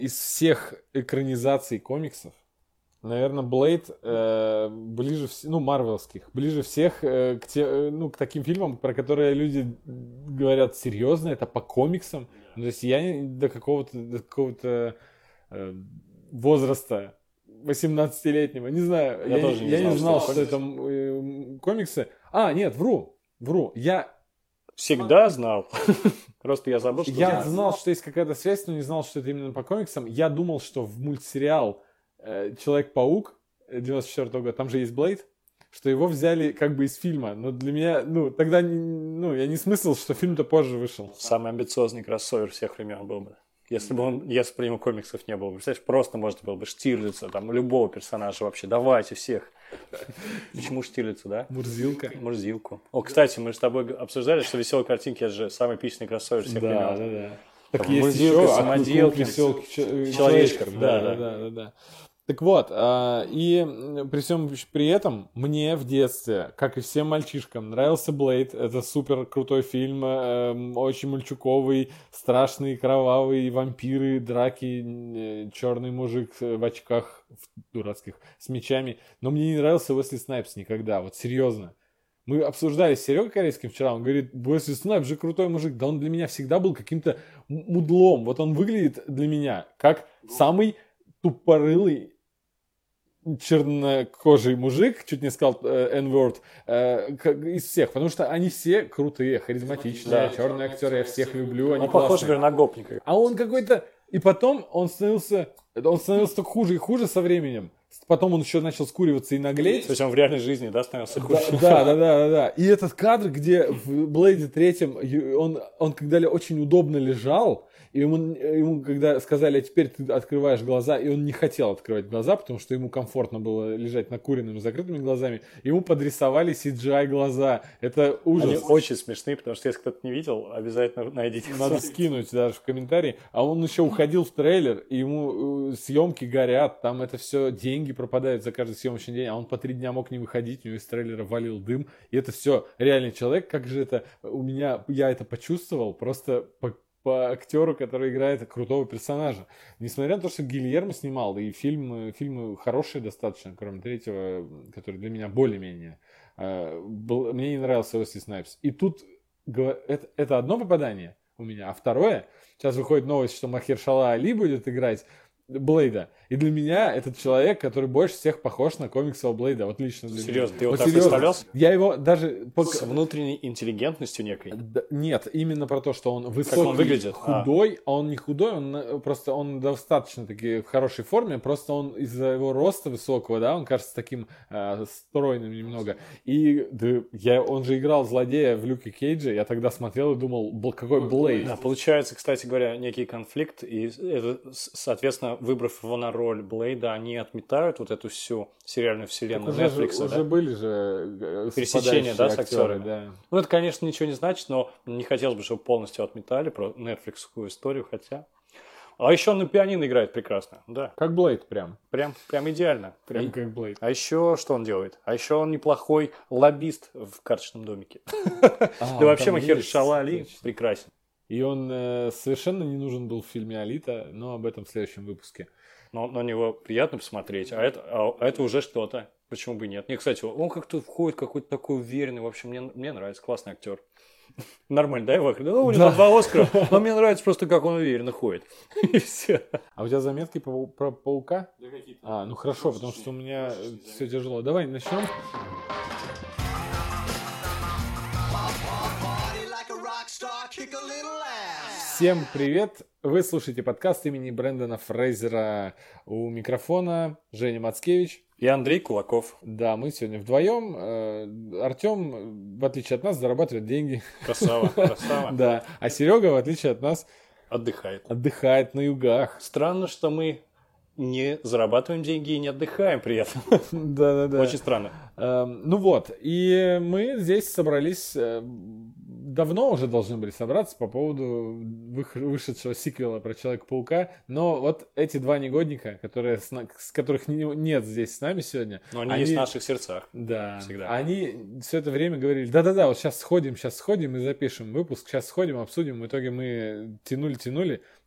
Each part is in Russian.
из всех экранизаций комиксов, наверное, Блейд ближе всех, марвелских, ближе всех к таким фильмам, про которые люди говорят серьезно, это по комиксам. То есть я до какого-то возраста 18-летнего, не знаю, я не знал, что это комиксы. Нет, вру. Я всегда знал. Просто я забыл, что я знал, что есть какая-то связь, но не знал, что это именно по комиксам. Я думал, что в мультсериал Человек-паук 94 года, там же есть Блейд, что его взяли как бы из фильма. Но для меня, тогда, я не смыслил, что фильм-то позже вышел. Самый амбициозный кроссовер всех времен был бы. Если бы ему комиксов не было. Представляешь, просто можно было бы Штирлица, там, любого персонажа вообще. Давайте всех. Почему Штирлица, да? Мурзилку. Кстати, мы же с тобой обсуждали, что «Веселые картинки» — это же самый эпичный кроссовер всех времен. Да. Так есть еще самоделки, человечек. Да. Так вот, и при всем при этом мне в детстве, как и всем мальчишкам, нравился Блейд. Это супер крутой фильм, очень мальчуковый, страшный, кровавый, вампиры, драки, черный мужик в очках дурацких с мечами. Но мне не нравился Уэсли Снайпс никогда, вот серьезно. Мы обсуждали с Серегой Корейским вчера, он говорит, Уэсли Снайпс же крутой мужик. Да он для меня всегда был каким-то мудлом. Вот он выглядит для меня как самый тупорылый чернокожий мужик, чуть не сказал N-word, из всех, потому что они все крутые, харизматичные, черные актеры, я всех люблю, они похож на гопника. А он какой-то... И потом он становился только хуже и хуже со временем. Потом он еще начал скуриваться и наглеть. То есть он в реальной жизни, да, становился хуже? Да. И этот кадр, где в Блейде третьем он когда очень удобно лежал, и ему когда сказали, а теперь ты открываешь глаза, и он не хотел открывать глаза, потому что ему комфортно было лежать накуренными, закрытыми глазами, ему подрисовали CGI глаза. Это ужас. Они очень смешные, потому что если кто-то не видел, обязательно найдите. Надо скинуть даже в комментарии. А он еще уходил в трейлер, и ему съемки горят, там это все, деньги пропадают за каждый съемочный день, а он по 3 дня мог не выходить, у него из трейлера валил дым, и это все реальный человек. Как же это я это почувствовал просто по актеру, который играет крутого персонажа. Несмотря на то, что Гильермо снимал, и фильмы хорошие достаточно, кроме третьего, который для меня более-менее. Мне не нравился Уэсли Снайпс. И тут это одно попадание у меня, а второе, сейчас выходит новость, что Махершала Али будет играть Блейда. И для меня этот человек, который больше всех похож на комиксового Блейда. Вот лично для Серьезно, меня. ты его так представлялся? Я его даже... С внутренней интеллигентностью некой? Нет, именно про то, что он высокий, он выглядит? худой, а он не худой, он достаточно таки в хорошей форме, просто он из-за его роста высокого, да, он кажется таким стройным немного. И он же играл злодея в Люке Кейдже, я тогда смотрел и думал, какой Блейд. Да, получается, кстати говоря, некий конфликт, и это, соответственно, выбрав его на роль Блейда, они отметают вот эту всю сериальную вселенную Netflix. Уже были же пересечения, да, с актерами. Да. Ну, это, конечно, ничего не значит, но не хотелось бы, чтобы полностью отметали про Netflix-скую историю, хотя... А еще он на пианино играет прекрасно, да. Как Блейд прям. Прям идеально. Прям как Блейд. А еще что он делает? А еще он неплохой лоббист в карточном домике. Да вообще Махершала Али прекрасен. И он совершенно не нужен был в фильме «Алита», но об этом в следующем выпуске. Но на него приятно посмотреть, а это уже что-то. Почему бы и нет? Кстати, он как-то входит какой-то такой уверенный. В общем, мне нравится, классный актер. Нормально, да, его? У него там 2 Оскара, но мне нравится просто, как он уверенно ходит. И все. А у тебя заметки про паука? Ну хорошо, потому что у меня все тяжело. Давай начнем. Всем привет! Вы слушаете подкаст имени Брэндона Фрейзера. У микрофона Женя Мацкевич. И Андрей Кулаков. Да, мы сегодня вдвоем. Артем, в отличие от нас, зарабатывает деньги. Красава. Да. А Серега, в отличие от нас, отдыхает на югах. Странно, что мы не зарабатываем деньги и не отдыхаем при этом. Да. Очень странно. Ну вот, и мы здесь собрались, давно уже должны были собраться по поводу вышедшего сиквела про Человека-паука, но вот эти 2 негодника, которых нет здесь с нами сегодня. Но они есть в наших сердцах. Да, всегда. Они все это время говорили, да, вот сейчас сходим и запишем выпуск, сейчас сходим, обсудим. В итоге мы тянули,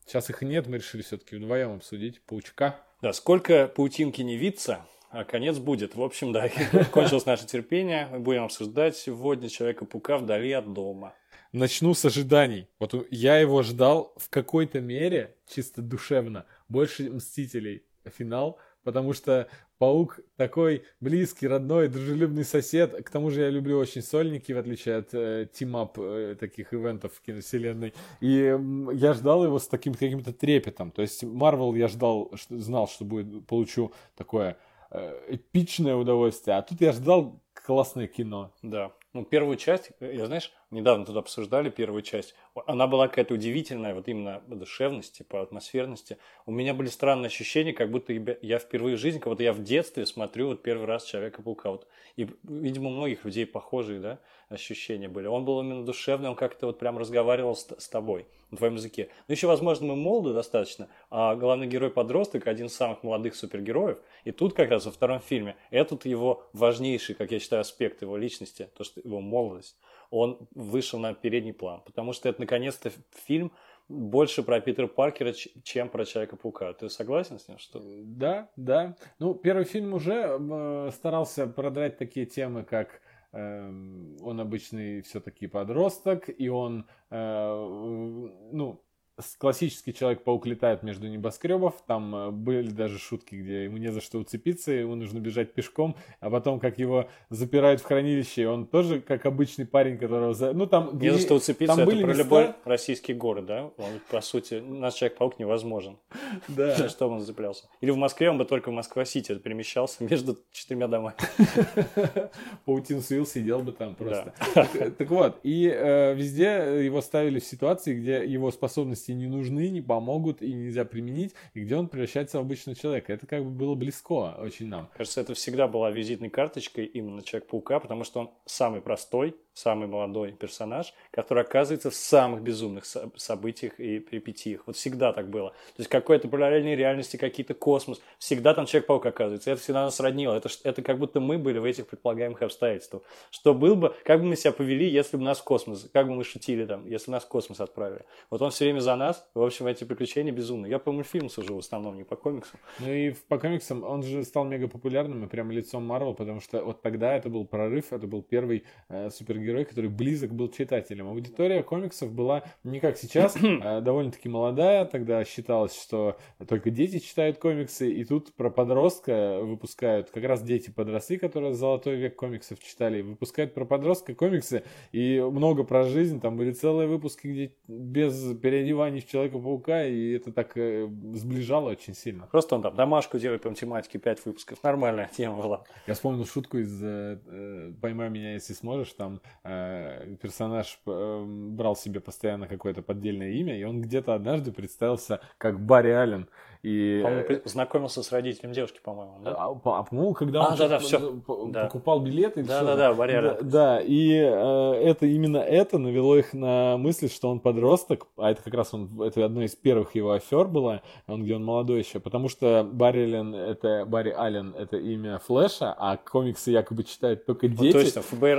Сейчас их нет, мы решили все-таки вдвоем обсудить Паучка. Да, сколько паутинки не виться, а конец будет. В общем, да, кончилось наше терпение. Мы будем обсуждать сегодня Человека-паука вдали от дома. Начну с ожиданий. Вот я его ждал в какой-то мере, чисто душевно, больше «Мстителей» финал, потому что Паук такой близкий, родной, дружелюбный сосед. К тому же я люблю очень сольники, в отличие от тимап таких ивентов в киновселенной. И я ждал его с таким каким-то трепетом. То есть Марвел я ждал, знал, что получу такое эпичное удовольствие. А тут я ждал классное кино. Да. Ну, первую часть, я, знаешь, недавно тут обсуждали первую часть. Она была какая-то удивительная, вот именно по душевности, по атмосферности. У меня были странные ощущения, как будто я впервые в жизни, как будто я в детстве смотрю вот первый раз Человека-паука. Вот. И, видимо, у многих людей похожие, да, ощущения были. Он был именно душевный, он как-то вот прям разговаривал с тобой на твоем языке. Но еще, возможно, мы молоды достаточно, а главный герой подросток, один из самых молодых супергероев. И тут как раз во втором фильме, этот его важнейший, как я считаю, аспект его личности, то, что его молодость, он вышел на передний план. Потому что это, наконец-то, фильм больше про Питера Паркера, чем про Человека-паука. Ты согласен с ним? Что... Да, да. Ну, первый фильм уже старался продрать такие темы, как он обычный все-таки подросток, и он, ну, классический Человек-паук летает между небоскребов, там были даже шутки, где ему не за что уцепиться, ему нужно бежать пешком, а потом как его запирают в хранилище, и он тоже как обычный парень, которого... Ну, там, не за что уцепиться, там это про любой российский город, да? Он, по сути, наш Человек-паук невозможен. Да. За что он зацеплялся? Или в Москве он бы только в Москва-Сити перемещался между 4 домами. Паутин Суил сидел бы там просто. Так вот, и везде его ставили в ситуации, где его способности не нужны, не помогут и нельзя применить, и где он превращается в обычного человека. Это как бы было близко очень нам. Кажется, это всегда была визитной карточкой именно Человека-паука, потому что он самый простой, самый молодой персонаж, который оказывается в самых безумных событиях и перипетиях. Вот всегда так было. То есть какой-то параллельной реальности, какие-то космос. Всегда там Человек-паук оказывается. Это всегда нас роднило. Это как будто мы были в этих предполагаемых обстоятельствах. Что был бы, как бы мы себя повели, если бы нас в космос, как бы мы шутили там, если нас в космос отправили. Вот он все время за нас. В общем, эти приключения безумные. Я по мультфильму сужу в основном, не по комиксам. Ну и по комиксам он же стал мега популярным и прямо лицом Марвел, потому что вот тогда это был прорыв, это был первый супергерой, который близок был читателям. Аудитория комиксов была не как сейчас, довольно-таки молодая. Тогда считалось, что только дети читают комиксы, и тут про подростка выпускают, как раз дети подросли, которые золотой век комиксов читали, выпускают про подростка комиксы, и много про жизнь, там были целые выпуски, где без переодеваний в Человека-паука, и это так сближало очень сильно. Просто он там домашку делает по математике, 5 выпусков, нормальная тема была. Я вспомнил шутку из «Поймай меня, если сможешь», там персонаж брал себе постоянно какое-то поддельное имя, и он где-то однажды представился как Барри Аллен. И... По-моему, знакомился с родителем девушки, по-моему, да? По-моему, когда он покупал билеты... Да, Барри Аллен. Да, и это именно это навело их на мысль, что он подросток, а это как раз это одно из первых его афер было, где он молодой еще, потому что Барри Аллен это имя Флэша, а комиксы якобы читают только дети. Точно,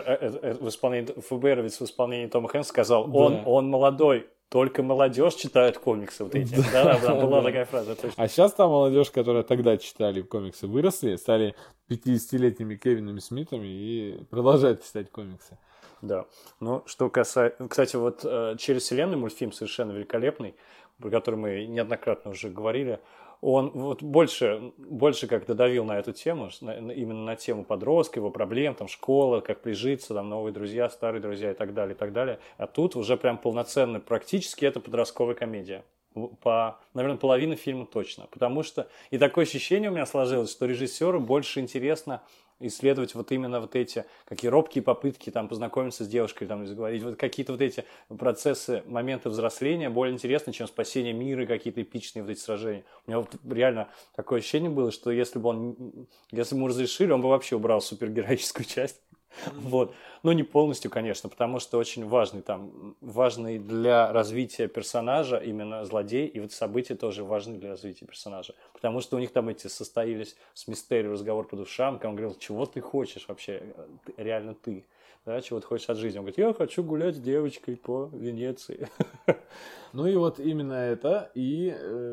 ФБРовец в исполнении Тома Хэнкса сказал, он молодой. Только молодежь читает комиксы вот эти. Да, была такая фраза. Точно. А сейчас та молодежь, которая тогда читали комиксы, выросли, стали 50-летними Кевинами Смитами и продолжают читать комиксы. Да. Ну, что касается... Кстати, вот «Через вселенную» мультфильм совершенно великолепный, про который мы неоднократно уже говорили. Он вот больше как-то давил на эту тему, именно на тему подростка, его проблем, там, школа, как прижиться, там, новые друзья, старые друзья и так далее, и так далее. А тут уже прям полноценно, практически это подростковая комедия. Наверное, половина фильма точно. Потому что и такое ощущение у меня сложилось, что режиссеру больше интересно исследовать вот именно вот эти какие робкие попытки там познакомиться с девушкой, там, заговорить, вот какие-то вот эти процессы, моменты взросления более интересны, чем спасение мира и какие-то эпичные вот эти сражения. У меня вот реально такое ощущение было, что если бы ему разрешили, он бы вообще убрал супергероическую часть. Вот. Ну, не полностью, конечно, потому что очень важный для развития персонажа именно злодей, и вот события тоже важны для развития персонажа. Потому что у них там состоялись с Мистерио разговор по душам, когда он говорил, чего ты хочешь вообще, реально ты, да, чего ты хочешь от жизни. Он говорит, я хочу гулять с девочкой по Венеции. Ну и вот именно это, и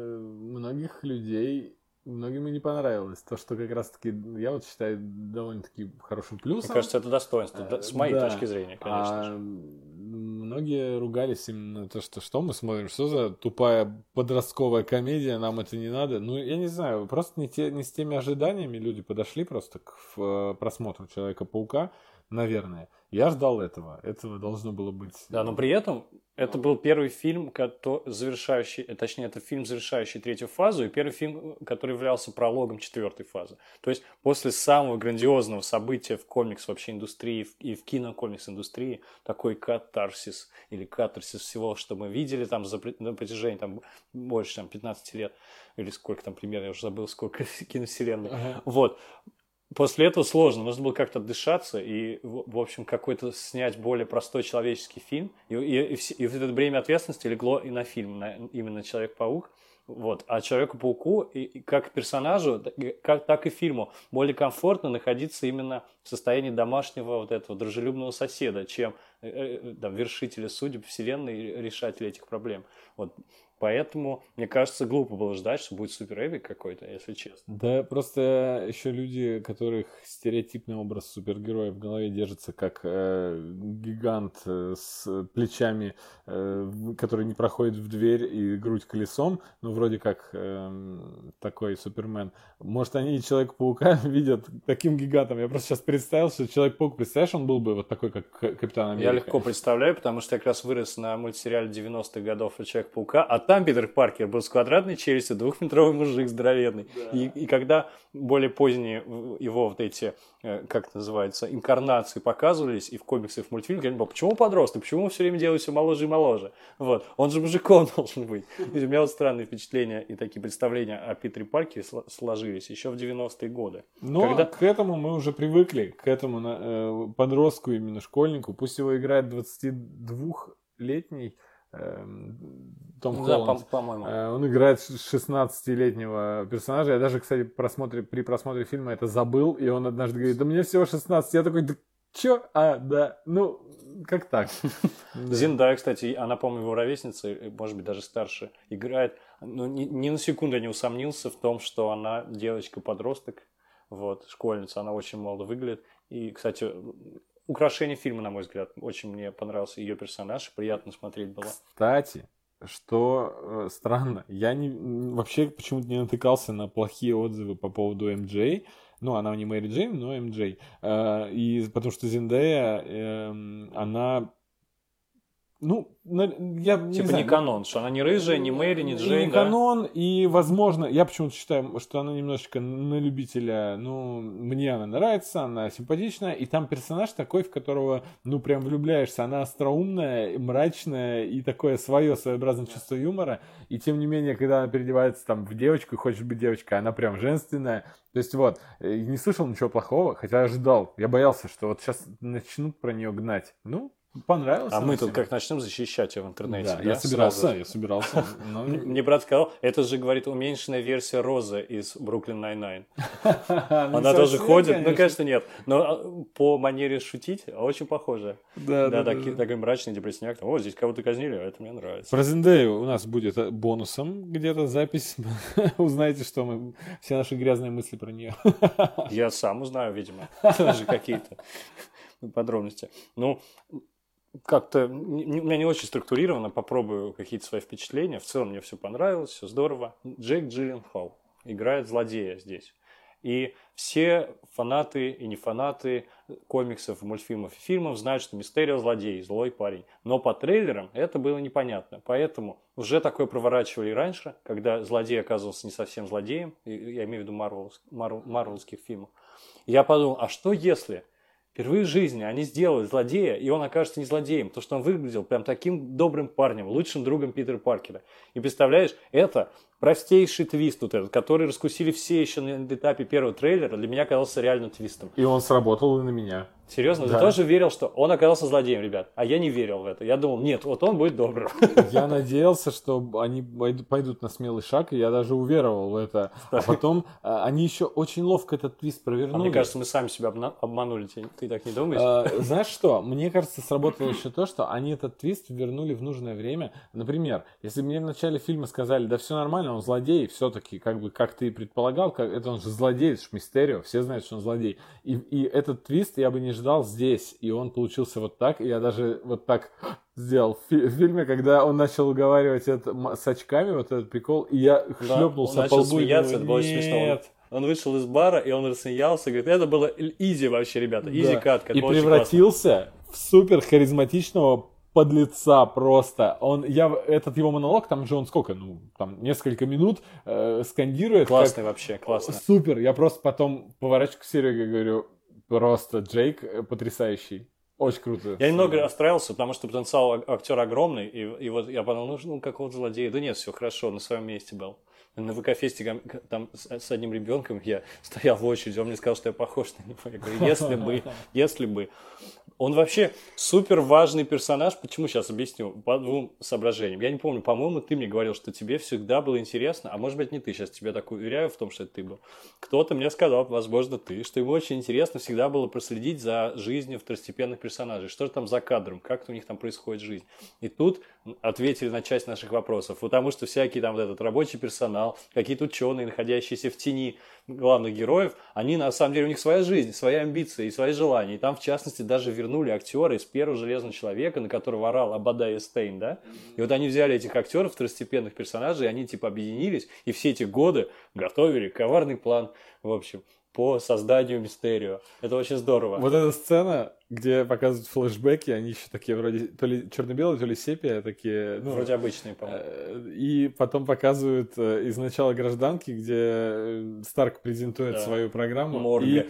многим и не понравилось. То, что как раз-таки, я вот считаю, довольно-таки хорошим плюсом. Мне кажется, это достоинство, с моей точки зрения, конечно же. Многие ругались именно то, что мы смотрим, что за тупая подростковая комедия, нам это не надо. Ну, я не знаю, просто не с теми ожиданиями люди подошли просто к просмотру Человека-паука, наверное. Я ждал этого. Этого должно было быть. Да, но при этом это был первый фильм, завершающий третью фазу, и первый фильм, который являлся прологом четвертой фазы. То есть после самого грандиозного события в комикс вообще индустрии и в кинокомикс-индустрии, такой катарсис всего, что мы видели там на протяжении больше 15 лет, или сколько там примерно, я уже забыл, сколько киновселенной. Вот. После этого сложно, нужно было как-то отдышаться и, в общем, какой-то снять более простой человеческий фильм. И вот это бремя ответственности легло и на фильм, именно «Человек-паук». Вот. А Человеку-пауку, и как персонажу, так и фильму, более комфортно находиться именно в состоянии домашнего вот этого дружелюбного соседа, чем вершителя судеб вселенной и решателя этих проблем. Вот. Поэтому, мне кажется, глупо было ждать, что будет супер-эпик какой-то, если честно. Да, просто еще люди, которых стереотипный образ супергероя в голове держится как гигант с плечами, который не проходит в дверь и грудь колесом, ну, вроде как такой Супермен. Может, они и Человека-паука видят таким гигантом. Я просто сейчас представил, что Человек-паук, представляешь, он был бы вот такой, как Капитан Америка. Я легко представляю, потому что я как раз вырос на мультсериале 90-х годов Человек-паука, а там Питер Паркер был с квадратной челюстью, двухметровый мужик здоровенный. Да. И когда более поздние его вот эти, как это называется, инкарнации показывались и в комиксах, и в мультфильмах, я думал, почему подросток, почему он все время делает все моложе и моложе? Вот. Он же мужиком должен быть. И у меня вот странные впечатления и такие представления о Питере Паркере сложились еще в 90-е годы. Но к этому мы уже привыкли, к этому подростку, именно школьнику. Пусть его играет 22-летний Том Холланд. По-моему. Он играет 16-летнего персонажа. Я даже, кстати, при просмотре фильма это забыл. И он однажды говорит, да мне всего 16. Я такой, да чё? Да, ну, как так? Зендая, кстати, она, по-моему, его ровесница, может быть, даже старше, играет. Ну, ни на секунду я не усомнился в том, что она девочка-подросток, вот, школьница. Она очень молодо выглядит. И, кстати, украшение фильма, на мой взгляд. Очень мне понравился ее персонаж, приятно смотреть было. Кстати, что странно, я вообще почему-то не натыкался на плохие отзывы по поводу МД. Ну, она не Мэри Джейн, но МД. И потому что Зендая, она... Ну, я не типа знаю. Не канон, что она не рыжая, не Мэри, не Джейн. Не канон, и, возможно, я почему-то считаю, что она немножечко на любителя, ну, мне она нравится, она симпатичная, и там персонаж такой, в которого, ну, прям влюбляешься. Она остроумная, мрачная, и такое своеобразное чувство юмора, и тем не менее, когда она переодевается там в девочку и хочет быть девочкой, она прям женственная. То есть вот, не слышал ничего плохого, хотя ожидал. Я боялся, что вот сейчас начнут про нее гнать. Ну, понравилось. А мы тут как начнем защищать ее в интернете. Да, я собирался. Мне брат сказал, это же, говорит, уменьшенная версия Розы из Бруклин Найн-Найн. Она тоже ходит? Ну, конечно, нет. Но по манере шутить очень похоже. Да. Такой мрачный депрессняк. О, здесь кого-то казнили, а это мне нравится. Про Зендею у нас будет бонусом где-то запись. Узнаете, что мы... Все наши грязные мысли про нее. Я сам узнаю, видимо. Тоже какие-то подробности. Ну, как-то у меня не очень структурировано, попробую какие-то свои впечатления. В целом мне все понравилось, все здорово. Джейк Джилленхол играет злодея здесь. И все фанаты и не фанаты комиксов, мультфильмов и фильмов знают, что Мистерио злодей, злой парень. Но по трейлерам это было непонятно. Поэтому уже такое проворачивали раньше, когда злодей оказывался не совсем злодеем. Я имею в виду марвелских фильмов. И я подумал, а что если... Впервые в жизни они сделают злодея, и он окажется не злодеем, потому что он выглядел прям таким добрым парнем, лучшим другом Питера Паркера. И представляешь, это простейший твист вот этот, который раскусили все еще на этапе первого трейлера, для меня казался реально твистом. И он сработал и на меня. Серьезно? Да. Ты тоже верил, что он оказался злодеем, ребят? А я не верил в это. Я думал, нет, вот он будет добрым. Я надеялся, что они пойдут на смелый шаг, и я даже уверовал в это. А потом они еще очень ловко этот твист провернули. А мне кажется, мы сами себя обманули. Ты так не думаешь? Знаешь что? Мне кажется, сработало еще то, что они этот твист вернули в нужное время. Например, если бы мне в начале фильма сказали, да все нормально, он злодей, все-таки, как ты и предполагал, это он же злодей, это же Мистерио, все знают, что он злодей. И этот твист я бы не ждал здесь, и он получился вот так, и я даже вот так сделал в фильме, когда он начал уговаривать это с очками, вот этот прикол, и я шлепнулся по лбу. Он начал смеяться, это было очень смешно. Он вышел из бара, и он рассмеялся, говорит, это было изи вообще, ребята, изи катка. И превратился в супер харизматичного подлеца просто. Этот его монолог, там же он сколько, там несколько минут скандирует. Классный вообще, классно. Супер, я просто потом поворачиваюсь к Сереге и говорю, просто Джейк потрясающий. Очень круто. Я немного расстраивался, потому что потенциал актера огромный, и вот я подумал, какого-то злодея. Да нет, все хорошо, на своем месте был. На ВК-фесте там с одним ребенком я стоял в очереди, он мне сказал, что я похож на него. Я говорю, если бы. Он вообще супер важный персонаж. Почему? Сейчас объясню. По двум соображениям. Я не помню, по-моему, ты мне говорил, что тебе всегда было интересно, а может быть не ты. Сейчас тебя так уверяю в том, что это ты был. Кто-то мне сказал, возможно, ты, что ему очень интересно всегда было проследить за жизнью второстепенных персонажей. Что же там за кадром, как у них там происходит жизнь. И тут ответили на часть наших вопросов. Потому что всякий там вот этот рабочий персонал, какие-то ученые, находящиеся в тени главных героев, они на самом деле, у них своя жизнь, свои амбиции и свои желания. И там, в частности, даже вернули актера из первого «Железного человека», на которого орал Обадая Стейн, да? И вот они взяли этих актеров, второстепенных персонажей, и они типа объединились, и все эти годы готовили коварный план, в общем, по созданию Мистерио. Это очень здорово. Вот эта сцена, где показывают флешбеки, они еще такие вроде то ли черно-белые, то ли сепия, такие... Вроде обычные, по-моему. И потом показывают из начала «Гражданки», где Старк презентует свою программу. Морга.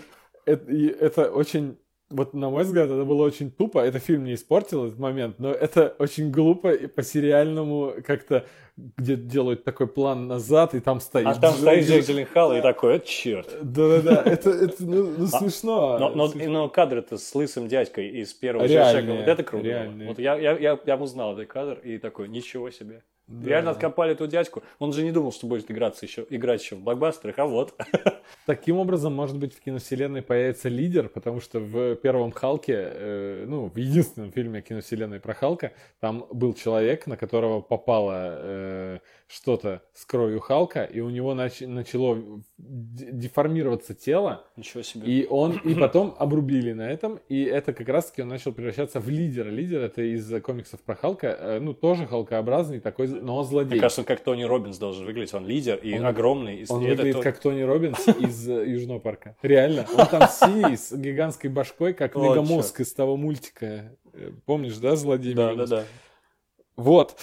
И это очень... Вот, на мой взгляд, это было очень тупо. Это фильм не испортил этот момент, но это очень глупо и по-сериальному как-то, где делают такой план назад, и там стоит... А там стоит Джейк Джилленхол, и такой, черт. Да-да-да, это смешно. Но кадр-то с лысым дядькой из первого «Железного». Вот это круто. Реальные. Вот я узнал этот кадр, и такой, ничего себе. Да. Реально откопали эту дядьку. Он же не думал, что будет играть еще в блокбастерах, а вот. Таким образом, может быть, в киновселенной появится лидер, потому что в первом Халке, в единственном фильме киновселенной про Халка, там был человек, на которого попало что-то с кровью Халка, и у него начало деформироваться тело. Ничего себе. И потом обрубили на этом, и это как раз-таки он начал превращаться в лидера. Лидер — это из комиксов про Халка, тоже халкообразный такой, но он злодей. Мне кажется, он как Тони Роббинс должен выглядеть. Он лидер и огромный. Он выглядит как Тони Роббинс из Южного парка. Реально. Он там синий, с гигантской башкой, как Мегамозг из того мультика. Помнишь, да, злодей? Да. Вот.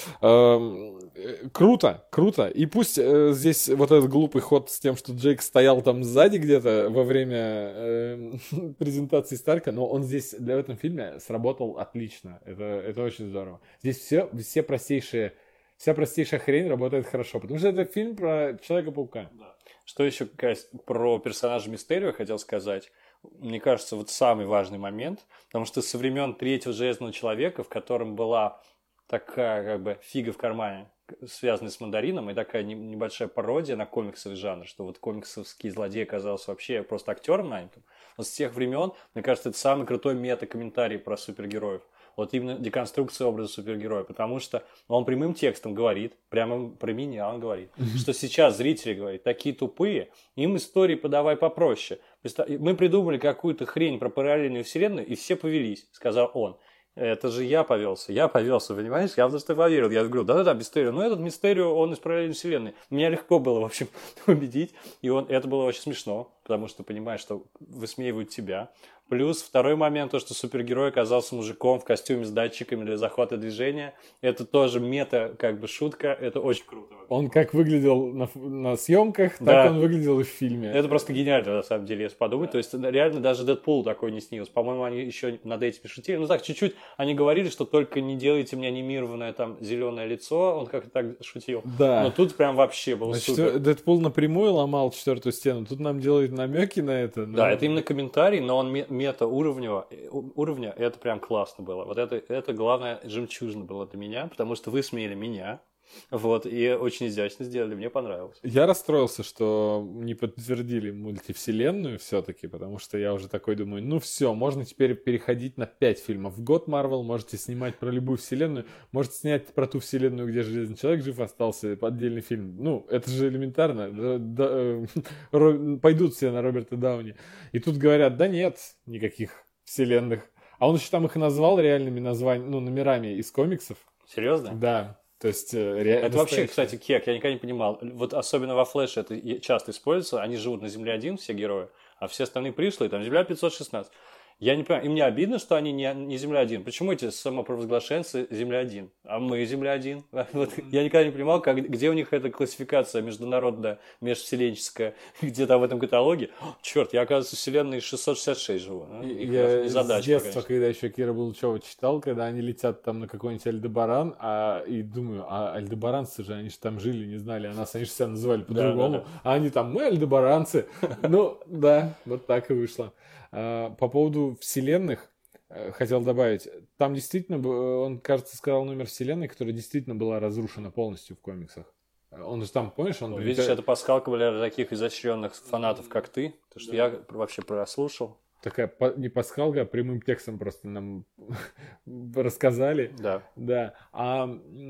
Круто. И пусть здесь вот этот глупый ход с тем, что Джейк стоял там сзади где-то во время презентации Старка, но он здесь в этом фильме сработал отлично. Это очень здорово. Здесь вся простейшая хрень работает хорошо, потому что это фильм про Человека-паука. Да. Что еще про персонажа Мистерио хотел сказать? Мне кажется, вот самый важный момент, потому что со времен третьего «Железного человека», в котором была такая как бы фига в кармане, связанная с мандарином, и такая небольшая пародия на комиксовый жанр, что вот комиксовский злодей оказался вообще просто актером нанятым. Вот с тех времен, мне кажется, это самый крутой мета-комментарий про супергероев. Вот именно деконструкция образа супергероя, потому что он прямым текстом говорит, прямо про меня он говорит, что сейчас зрители говорят, такие тупые, им истории подавай попроще. Мы придумали какую-то хрень про параллельную вселенную, и все повелись, сказал он. Это же я повелся, понимаешь? Я потому что поверил. Я говорю, да-да-да, Мистерио. Но этот Мистерио, он из параллельной вселенной. Меня легко было, в общем, убедить. И это было очень смешно, потому что понимаешь, что высмеивают тебя. Плюс второй момент, то, что супергерой оказался мужиком в костюме с датчиками для захвата движения. Это тоже мета, как бы шутка. Это очень круто. Он как выглядел на съемках, так он выглядел и в фильме. Это просто гениально, на самом деле, если подумать. То есть, реально, даже Дэдпул такой не снился. По-моему, они еще над этим шутили. Ну, так, чуть-чуть они говорили, что только не делайте мне анимированное там зеленое лицо. Он как-то так шутил. Да. Но тут прям вообще было супер. Дэдпул напрямую ломал четвертую стену. Тут нам делают намеки на это. Но... Да, это именно комментарий, но он мета-уровня, это прям классно было. Вот это главное жемчужина было для меня, потому что вы смеяли меня. Вот, и очень изящно сделали, мне понравилось. Я расстроился, что не подтвердили мультивселенную все-таки, потому что я уже такой думаю, ну все, можно теперь переходить на 5 фильмов в год Marvel, можете снимать про любую вселенную, можете снять про ту вселенную, где Железный Человек жив остался, отдельный фильм. Ну, это же элементарно. Пойдут все на Роберта Дауни. И тут говорят, да нет никаких вселенных. А он еще там их назвал реальными названиями, ну, номерами из комиксов. Серьезно? Да. То есть, это вообще, кстати, кек, я никогда не понимал. Вот особенно во Флэше это часто используется. Они живут на Земле-1, все герои, а все остальные пришлые, там Земля 516. Я не понимаю, и мне обидно, что они не Земля-1. Почему эти самопровозглашенцы Земля-1, а мы Земля-1? Вот, я никогда не понимал, где у них эта классификация международная, межвселенческая, где там в этом каталоге. Черт, я, оказывается, в вселенной 666 живу. Я с детства, когда еще Кира Булычева читал, когда они летят там на какой-нибудь Альдебаран, и думаю, а альдебаранцы же, они же там жили, не знали о нас, они же себя называли по-другому, а они там, мы альдебаранцы. Ну, да, вот так и вышло. По поводу вселенных хотел добавить. Там действительно, он, кажется, сказал номер вселенной, которая действительно была разрушена полностью в комиксах. Он же там, помнишь, он... Видишь, это пасхалка для таких изощренных фанатов, как ты. Потому что я вообще прослушал. Такая не пасхалка, а прямым текстом просто нам рассказали. Да. Да. А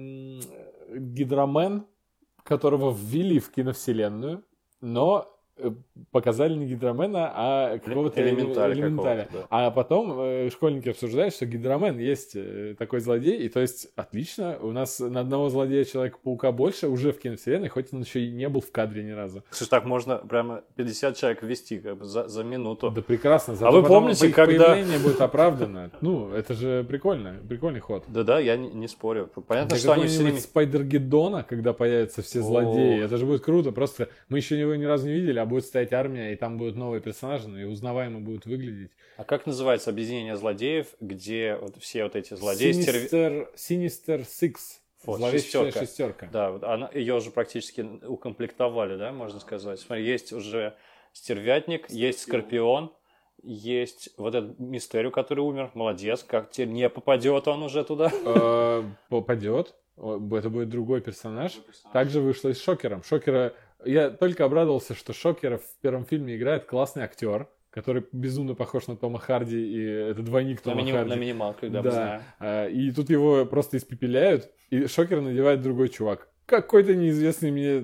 Гидромен, которого ввели в киновселенную, но... показали не Гидромена, а какого-то элементаря. Да. А потом школьники обсуждают, что Гидромен есть такой злодей, и то есть отлично, у нас на одного злодея Человека-паука больше уже в киновселенной, хоть он еще и не был в кадре ни разу. Слушай, так можно прямо 50 человек ввести как бы за минуту. Да прекрасно. А вы помните, когда... появление будет оправдано? Ну, это же прикольный ход. Да-да, я не спорю. Понятно, да, что они все время... Спайдер-Геддона, когда появятся все злодеи, это же будет круто. Просто мы еще его ни разу не видели, а будет стоять армия, и там будут новые персонажи, и узнаваемо будут выглядеть. А как называется объединение злодеев, где вот все вот эти злодеи... Sinister Six. Вот, зловещая шестерка. Да, вот ее уже практически укомплектовали, да, можно сказать. Смотри, есть уже Стервятник, есть Скорпион, есть вот этот Мистерио, который умер. Молодец, как теперь не попадет он уже туда? Попадет. Это будет другой персонаж. Также вышло и с Шокером. Шокера... Я только обрадовался, что Шокера в первом фильме играет классный актер, который безумно похож на Тома Харди, и это двойник Тома Харди. На минималках, да, мы знаем. И тут его просто испепеляют, и Шокера надевает другой чувак. Какой-то неизвестный мне...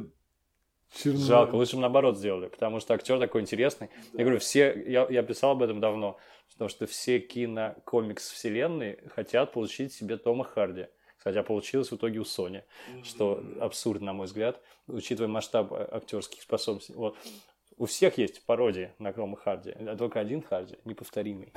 Жалко, лучше бы наоборот сделали, потому что актер такой интересный. Я говорю, я писал об этом давно, потому что все кинокомикс-вселенные хотят получить себе Тома Харди. Хотя получилось в итоге у Sony, что абсурдно, на мой взгляд, учитывая масштаб актерских способностей. Вот. У всех есть пародии на Тома Харди, а только один Харди, неповторимый.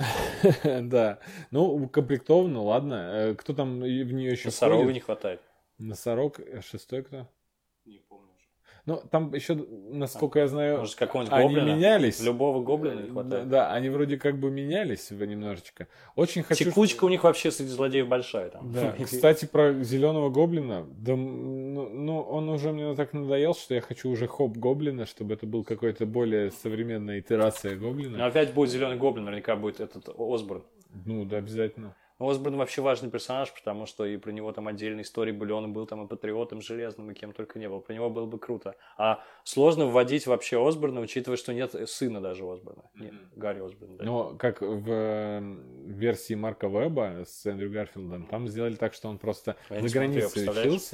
Да, ну, укомплектовано, ладно. Кто там в нее еще входит? Носорога не хватает. Носорог, шестой кто? Не помню. Ну, там еще, насколько я знаю, может, какого-нибудь они гоблина? менялись. Любого гоблина не хватает. Да, они вроде как бы менялись немножечко. Очень хочу... Текучка у них вообще среди злодеев большая. Там. Да, кстати, про зеленого гоблина. Да, ну, он уже мне так надоел, что я хочу уже хоп-гоблина, чтобы это был какой-то более современная итерация гоблина. Но опять будет зеленый гоблин, наверняка будет этот Осборн. Ну, да, обязательно. Осборн вообще важный персонаж, потому что и про него там отдельные истории были, он был там и патриотом железным, и кем только не был. Про него было бы круто. А сложно вводить вообще Осборна, учитывая, что нет сына даже Осборна. Нет, Гарри Осборн. Да. Но как в версии Марка Веба с Эндрю Гарфилдом, там сделали так, что он просто за границей учился.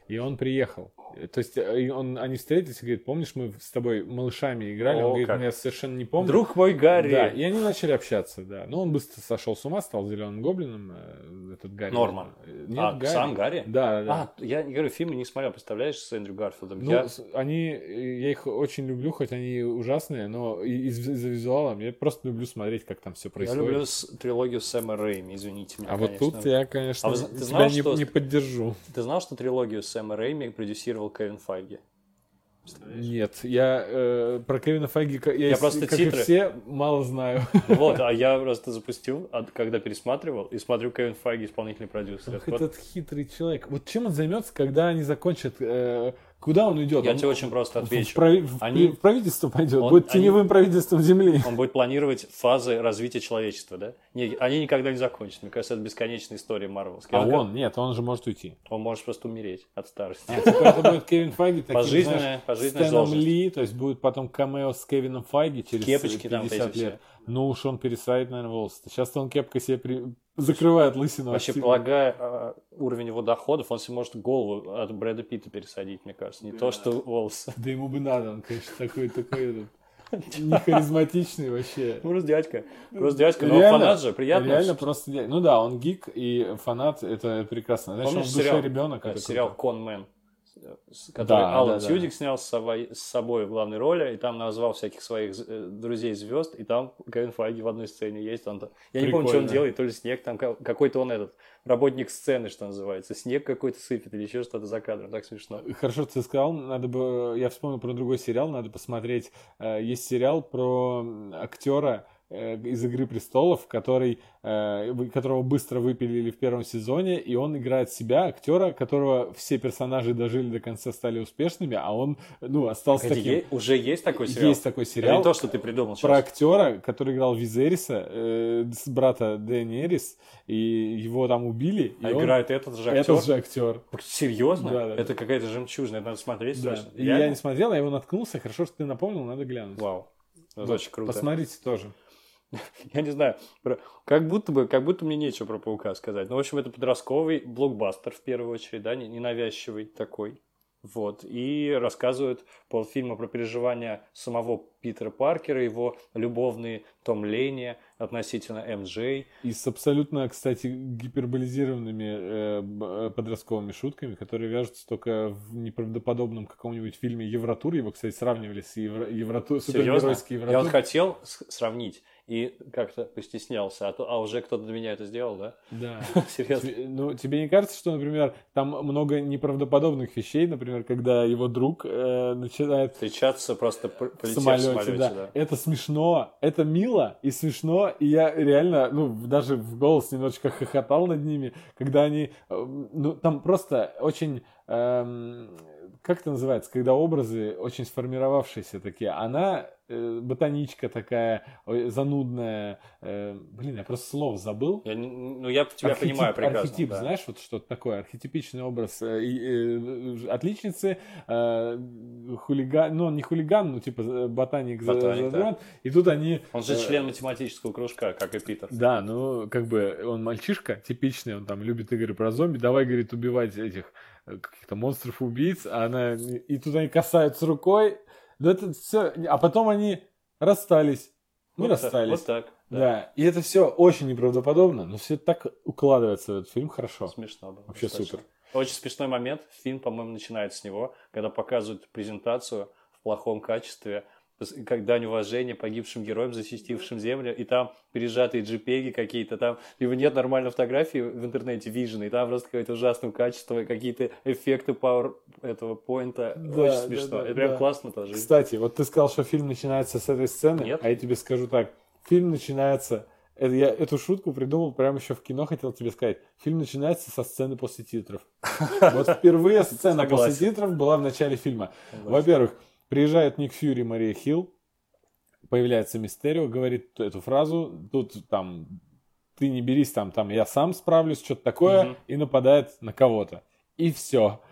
и он приехал. То есть они встретились и говорит, помнишь, мы с тобой малышами играли? Он говорит, я совершенно не помню. Друг мой Гарри. Да, и они начали общаться, да. Но он быстро сошел с ума, стал зеленым гоблином, этот Гарри. Норман. Нет, Гарри. Сам Гарри? Да. Я говорю, фильмы не смотрел, представляешь, с Эндрю Гарфилдом. Ну, я их очень люблю, хоть они ужасные, но из-за визуала я просто люблю смотреть, как там все происходит. Я люблю трилогию Сэма Рэйми, извините меня, конечно. Вот тут я, конечно, тебя не поддержу. Ты знал, что трилогию Сэма Рэйми продюсировал Кевин Файги? Нет, я про Кевина Файги, я просто как титры... и все, мало знаю. Вот, а я просто запустил, когда пересматривал, и смотрю Кевин Файги, исполнительный продюсер. Этот хитрый человек. Вот чем он займется, когда они закончат... Куда он идет? Я тебе очень просто отвечу. В правительство пойдет, будет теневым правительством Земли. Он будет планировать фазы развития человечества, да? Они никогда не закончатся. Мне кажется, это бесконечная история Марвелская. Он же может уйти. Он может просто умереть от старости. Это будет Кевин Файги, пожизненная Стэном Ли, то есть будет потом камео с Кевином Файги через кепочки 50 лет. Ну уж он пересадит, наверное, волосы. Сейчас он кепкой себе закрывает лысину. Вообще, полагая уровень его доходов, он себе может голову от Брэда Питта пересадить, мне кажется. Не то, что волосы. Да ему бы надо, он, конечно, такой не харизматичный вообще. Просто дядька, но фанат же, приятно. Реально просто дядька. Ну да, он гик и фанат, это прекрасно. Знаешь, он в душе ребенок. Сериал «Конмен», который Алан Тьюдик снял с собой в главной роли, и там назвал всяких своих друзей звезд, и там Кевин Файги в одной сцене есть. Я не помню, что он делает, то ли снег, там какой-то он работник сцены, что называется, снег какой-то сыпет или еще что-то за кадром, так смешно. Хорошо, ты сказал, я вспомнил про другой сериал, надо посмотреть. Есть сериал про актера из «Игры престолов», которого быстро выпилили в первом сезоне, и он играет себя, актера, которого все персонажи дожили до конца, стали успешными, а он, остался таким. Уже есть такой сериал? Есть такой сериал. Это не то, что ты придумал сейчас. Про актера, который играл Визериса, брата Дейенерис, и его там убили. Играет этот же актер? Этот же актер. Серьезно? Да. Это какая-то жемчужина, это надо смотреть. Да. Я не смотрел, я его наткнулся, хорошо, что ты напомнил, надо глянуть. Вау. Это очень круто. Посмотрите тоже. Я не знаю, как будто мне нечего про Паука сказать. Ну, в общем, это подростковый блокбастер, в первую очередь, да, ненавязчивый такой. Вот. И рассказывают полфильма про переживания самого Питера Паркера, его любовные томления относительно МJ. И с абсолютно, кстати, гиперболизированными подростковыми шутками, которые вяжутся только в неправдоподобном каком-нибудь фильме «Евротур». Его, кстати, сравнивали с «Евротур». Супергеройский «Евротур». Я вот хотел сравнить. И как-то постеснялся, а уже кто-то для меня это сделал, да? Да. Серьезно. Ну, тебе не кажется, что, например, там много неправдоподобных вещей, например, когда его друг начинает... встречаться, просто полетев в самолете, да. Это смешно, это мило и смешно, и я реально, даже в голос немножечко хохотал над ними, когда они... там просто очень... как это называется, когда образы очень сформировавшиеся такие, она ботаничка такая занудная, я просто слово забыл. Я тебя понимаю прекрасно. Архетип, да. Знаешь, вот что-то такое, архетипичный образ отличницы, хулиган, он не хулиган, ботаник задрот, да. И тут они... Он же член математического кружка, как и Питер. Да, он мальчишка типичный, он там любит игры про зомби, давай, говорит, убивать этих каких-то монстров-убийц, и тут они касаются рукой, это все, а потом они расстались. Расстались. Вот так. Да. И это все очень неправдоподобно, но все так укладывается в этот фильм хорошо. Смешно было. Вообще супер. Очень смешной момент. Фильм, по-моему, начинается с него, когда показывают презентацию в плохом качестве, как дань уважения погибшим героям, защитившим землю, и там пережатые JPEG какие-то, там либо нет нормальной фотографии в интернете, Vision, и там просто какое-то ужасное качество, какие-то эффекты PowerPoint. Да, очень смешно. Это прям классно тоже. Кстати, вот ты сказал, что фильм начинается с этой сцены, Нет. А я тебе скажу так. Фильм начинается... Я эту шутку придумал прямо еще в кино, хотел тебе сказать. Фильм начинается со сцены после титров. Вот впервые сцена после титров была в начале фильма. Во-первых, приезжает Ник Фьюри и Мария Хилл, появляется Мистерио, говорит эту фразу, тут там ты не берись, там я сам справлюсь, что-то такое, и нападает на кого-то. И все.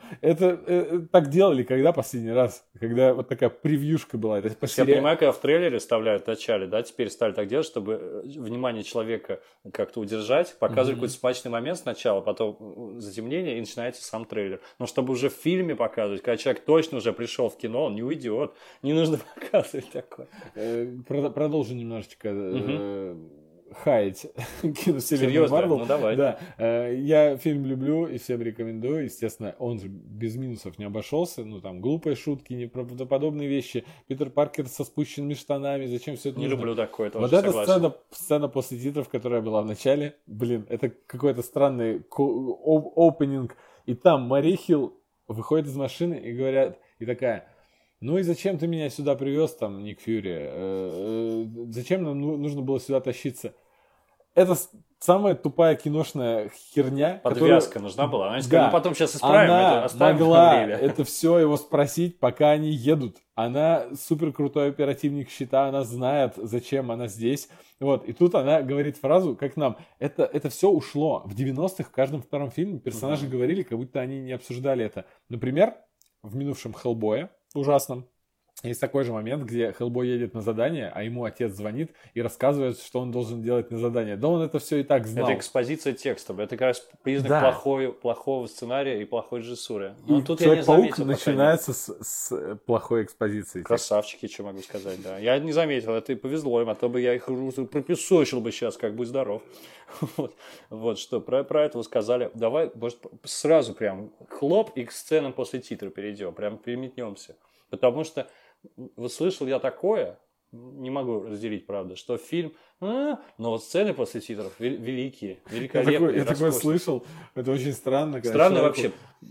Это так делали, когда последний раз? Когда вот такая превьюшка была. Это я понимаю, когда в трейлере вставляют в начале, да, теперь стали так делать, чтобы внимание человека как-то удержать, показывать какой-то смачный момент сначала, потом затемнение, и начинается сам трейлер. Но чтобы уже в фильме показывать, когда человек точно уже пришел в кино, он не уйдет. Не нужно показывать такое. Продолжу немножечко хаять киновселенную Марвел. Ну, давай. Да. Я фильм люблю и всем рекомендую. Естественно, он же без минусов не обошелся. Ну, там, глупые шутки, неправдоподобные вещи. Питер Паркер со спущенными штанами. Зачем все это не нужно? Люблю такое, тоже вот эта сцена после титров, которая была в начале, блин, это какой-то странный опенинг. И там Мари Хилл выходит из машины и говорят, и такая... Ну и зачем ты меня сюда привез, там, Ник Фьюри? Зачем нам нужно было сюда тащиться? Это самая тупая киношная херня. Подвязка нужна была. Она сказала, ну потом сейчас исправим это, оставим могла время. это все его спросить, пока они едут. Она супер крутой оперативник щита, она знает, зачем она здесь. Вот. И тут она говорит фразу, как нам, это все ушло. В 90-х в каждом втором фильме персонажи говорили, как будто они не обсуждали это. Например, в минувшем Хеллбое, ужасном, есть такой же момент, где Хеллбой едет на задание, а ему отец звонит и рассказывает, что он должен делать на задание. Да он это все и так знал. Это экспозиция текста. Это как раз признак плохого сценария и плохой режиссуры. Но тут Человек-паук начинается с плохой экспозиции. Красавчики, что могу сказать, да. Я не заметил, это и повезло им, а то бы я их пропесочил бы сейчас, как будь здоров. Вот что, про это вы сказали. Давай, может, сразу прям хлоп и к сценам после титра перейдем, прям переметнемся. Потому что вот слышал я такое, не могу разделить, правда, что фильм, но вот сцены после титров великие, великолепные. Я такое слышал, это очень странно. Странно вообще,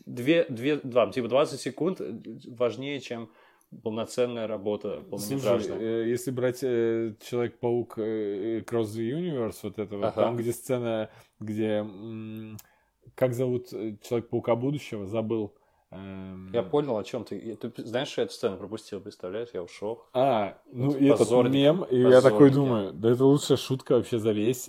20 секунд важнее, чем полноценная работа полнометражная. Слушай, если брать Человек-паук Across the Universe, вот этого, там где сцена, где, как зовут Человек-паука будущего, забыл. Я понял, о чем ты. Ты знаешь, что я эту сцену пропустил, представляешь? Я ушел. Ну и этот мем, и я такой думаю, да это лучшая шутка вообще за весь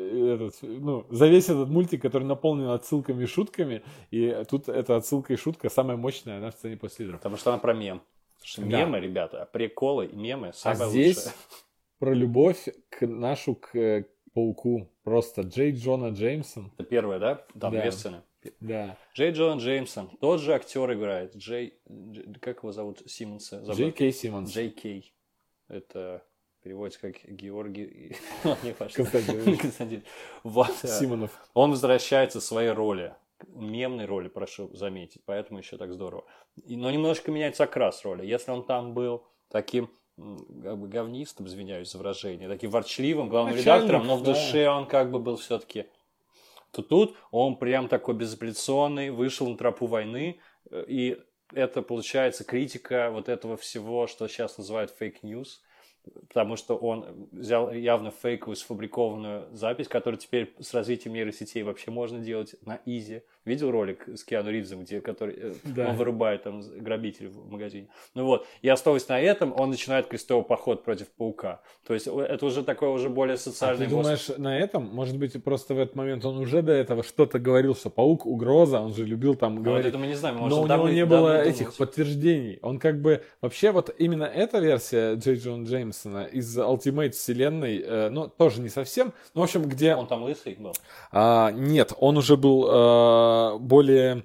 этот мультик, который наполнен отсылками и шутками, и тут эта отсылка и шутка самая мощная, она в сцене после титров. Потому что она про мем. Потому что мемы, ребята, приколы и мемы самое лучшее. Здесь про любовь к пауку. Просто Джей Джона Джеймсон. Это первое, да? Там две сцены. Да. Джей Джона Джеймсон. Тот же актер играет. Как его зовут? Симмонса? Джей Кей Симмонс. Джей Кей. Это переводится как Георгий... Константин. Симонов. Он возвращается в своей роли. Мемной роли, прошу заметить. Поэтому еще так здорово. Но немножко меняется окрас роли. Если он там был таким как бы говнистым, извиняюсь за выражение, таким ворчливым главным редактором, но в душе он как бы был все-таки... То тут он прям такой безапелляционный, вышел на тропу войны, и это получается критика вот этого всего, что сейчас называют фейк-ньюс, потому что он взял явно фейковую сфабрикованную запись, которую теперь с развитием нейросетей вообще можно делать на изи. Видел ролик с Киану Ривзом, который он вырубает там грабителей в магазине? Ну вот, и основываясь на этом, он начинает крестовый поход против паука. То есть это уже такое уже более социальный... ты думаешь, на этом, может быть, просто в этот момент он уже до этого что-то говорил, что паук угроза, он же любил там говорить. Вот это мы не знаем. Но у него не было этих подтверждений. Он как бы... Вообще вот именно эта версия Джей Джона Джеймсона из Ultimate вселенной, ну, тоже не совсем, но, в общем, где... Он там лысый был? Нет, он уже был более...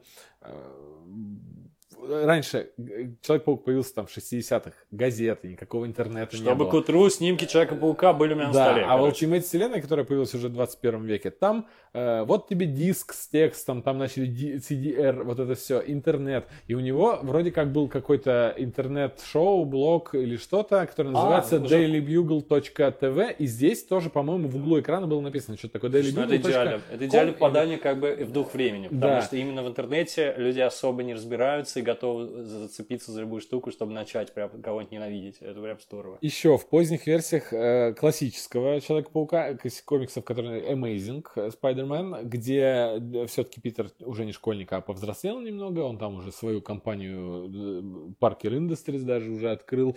Раньше Человек-паук появился там в 60-х, газеты, никакого интернета не было. Чтобы к утру снимки Человека-паука были у меня на столе. А в Ultimate вселенной, которая появилась уже в 21 веке, там вот тебе диск с текстом, там начали CDR, вот это все, интернет. И у него вроде как был какой-то интернет-шоу, блог или что-то, которое называется dailybugle.tv. И здесь тоже, по-моему, в углу экрана было написано, что такое dailybugle.com. Это идеальное попадание как бы в дух времени. Потому что именно в интернете люди особо не разбираются и готовы зацепиться за любую штуку, чтобы начать прям кого-нибудь ненавидеть. Это прям здорово. Еще в поздних версиях классического Человека-паука, комиксов, которые Amazing Spider-Man, где все-таки Питер уже не школьник, а повзрослел немного, он там уже свою компанию Parker Industries даже уже открыл.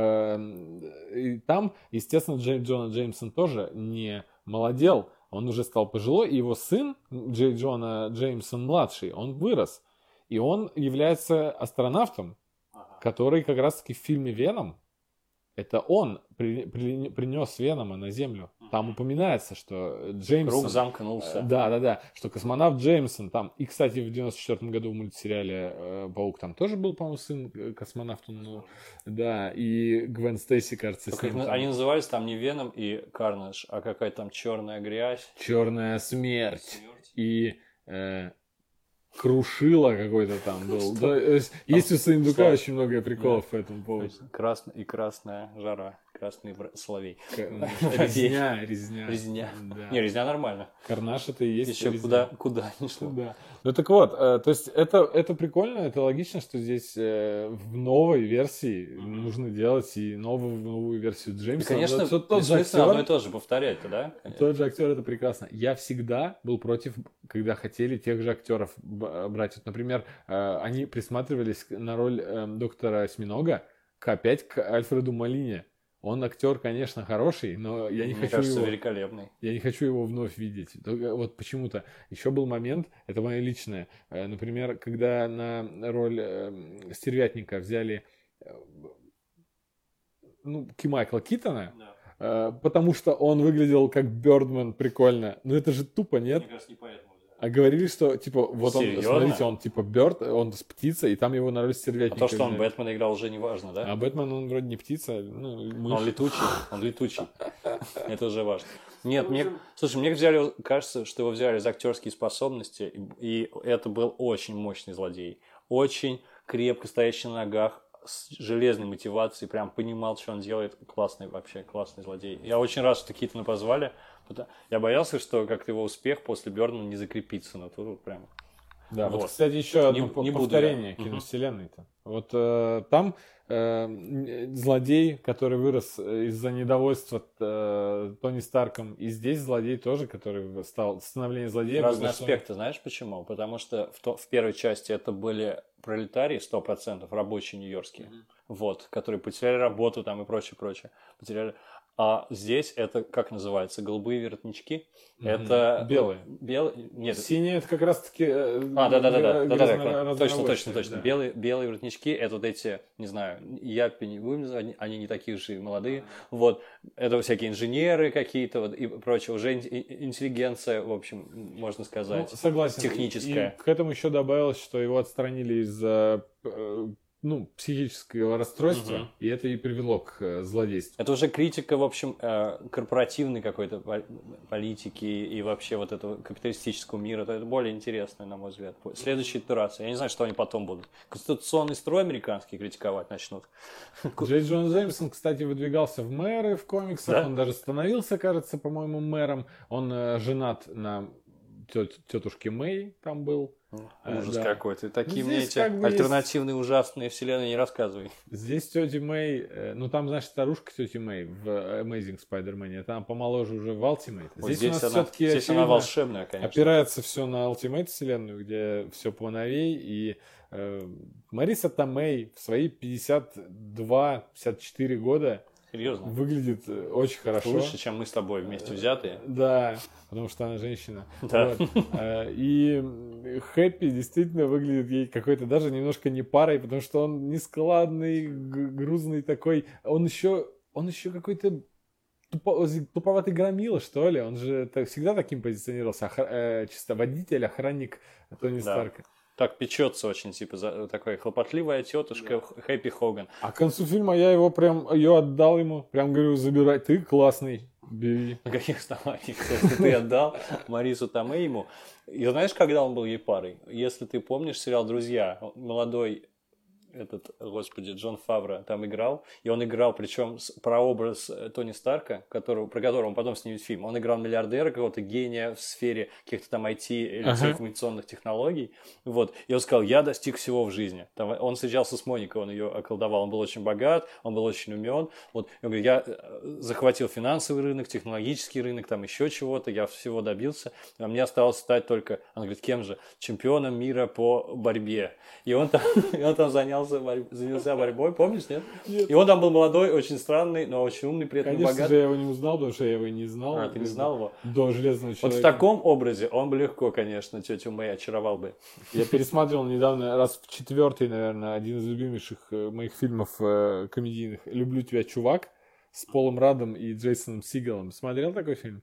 И там, естественно, Джей Джона Джеймсон тоже не молодел, он уже стал пожилой, и его сын Джей Джона Джеймсон младший, он вырос. И он является астронавтом, который как раз-таки в фильме «Веном», это он принес Венома на Землю. Там упоминается, что Джеймсон... Круг замкнулся. Да, что космонавт Джеймсон там... И, кстати, в 94 году в мультсериале «Паук» там тоже был, по-моему, сын космонавта. Ну, да, и Гвен Стейси, кажется, с ним. Они назывались там не Веном и Карнаж, а какая-то там черная грязь. Черная смерть. И... Крушила какой-то там был. Да, есть у Сындука очень много приколов по этому поводу. Красная жара. Красный соловей. Резня. Да. Не, резня нормально. Карнаш это и есть. Еще куда не шло. Да. Ну так вот, то есть это прикольно, это логично, что здесь в новой версии нужно делать и новую версию Джеймса. Конечно, тот же актер, одно и то же повторять-то, да? Тот же актер, это прекрасно. Я всегда был против, когда хотели тех же актеров брать. Вот, например, они присматривались на роль доктора Осьминога опять к Альфреду Молине. Он актер, конечно, хороший, но я не хочу кажется, его... великолепный. Я не хочу его вновь видеть. Вот почему-то. Еще был момент, это мое личное. Например, когда на роль стервятника взяли Майкла Китона, потому что он выглядел как Бёрдман прикольно. Но это же тупо, нет? Мне кажется, не поэтому. А говорили, что, типа, вот Серьезно? он, смотрите, он, типа, Бёрд, он с птицей, и там его на роль стервятника. А то, что он Бэтмена играл, уже не важно, да? А Бэтмен, он вроде не птица, мышь. Он летучий. Это уже важно. Нет, мне взяли, кажется, что его взяли за актерские способности, и это был очень мощный злодей. Очень крепко стоящий на ногах, с железной мотивацией, прям понимал, что он делает. Классный злодей. Я очень рад, что Китона позвали. Я боялся, что как-то его успех после Бёрдмана не закрепится, но тут прям... Да, вот, кстати, еще одно повторение киновселенной-то. Вот там злодей, который вырос из-за недовольства Тони Старком, и здесь злодей тоже, который стал становление злодея. Разные аспекты, знаешь почему? Потому что в первой части это были пролетарии 100%, рабочие нью-йоркские, вот, которые потеряли работу там и прочее. А здесь это, как называется, голубые воротнички? Это... Белые. Нет. Синие это как раз-таки... Да. Точно. Да. Белые воротнички, это вот эти, не знаю, япи не будем называть, они не такие же молодые. Вот. Это всякие инженеры какие-то вот, и прочее. Уже интеллигенция, в общем, можно сказать. Согласен. Техническая. И к этому еще добавилось, что его отстранили из-за... психического расстройства, и это и привело к злодейству. Это уже критика, в общем, корпоративной какой-то политики и вообще вот этого капиталистического мира. Это более интересно, на мой взгляд. Следующая итерация. Я не знаю, что они потом будут. Конституционный строй американский критиковать начнут. Джей Джон Джеймсон, кстати, выдвигался в мэры в комиксах. Да? Он даже становился, кажется, по-моему, мэром. Он женат на тетушке Мэй там был. Ужас какой-то. Такие мне эти альтернативные ужасные вселенные не рассказывай. Здесь тетя Мэй, там, знаешь, старушка тети Мэй в Amazing Spider-Man, там помоложе уже в Ultimate. Вот здесь она волшебная, конечно. Опирается все на Ultimate вселенную, где все поновей, и Мариса Томей в свои 52-54 года серьезно? Выглядит очень хорошо. Лучше, чем мы с тобой вместе взятые. Да, потому что она женщина. Да. Вот. И Хэппи действительно выглядит ей какой-то даже немножко не парой, потому что он нескладный, грузный такой. Он еще какой-то туповатый громила, что ли. Он же всегда таким позиционировался. Чисто водитель, охранник Тони Старка. Так печется очень, типа, такая хлопотливая тетушка Хэппи Хоган. А к концу фильма я ее отдал ему. Прям говорю, забирай, ты классный, бери. На каких основаниях, ты отдал Марису Томей ему? И знаешь, когда он был ей парой? Если ты помнишь сериал «Друзья», молодой Джон Фавро там играл, и он играл, причем прообраз Тони Старка, про которого он потом снимет фильм. Он играл миллиардера, какого-то гения в сфере каких-то там IT или телекоммуникационных технологий. Вот. И он сказал, я достиг всего в жизни. Там, он встречался с Моникой, он ее околдовал. Он был очень богат, он был очень умен. Вот. И он говорит, я захватил финансовый рынок, технологический рынок, там еще чего-то, я всего добился. А мне осталось стать только, он говорит, кем же? Чемпионом мира по борьбе. И он там занял занялся борьбой, помнишь, нет? И он там был молодой, очень странный, но очень умный, при этом Конечно богатый. же, я его не узнал, потому что я его и не знал. А, ты не знал его? До «Железного человека». Вот в таком образе он бы легко, конечно, тетю Мэй очаровал бы. Я пересматривал недавно, раз в 4-й, наверное, один из любимейших моих фильмов комедийных «Люблю тебя, чувак» с Полом Раддом и Джейсоном Сигалом. Смотрел такой фильм?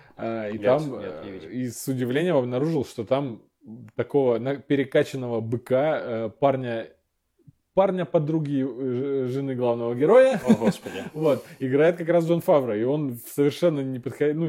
И там и с удивлением обнаружил, что там такого перекачанного быка, парня подруги жены главного героя. О, Господи. Вот, играет как раз Джон Фавро. И он совершенно не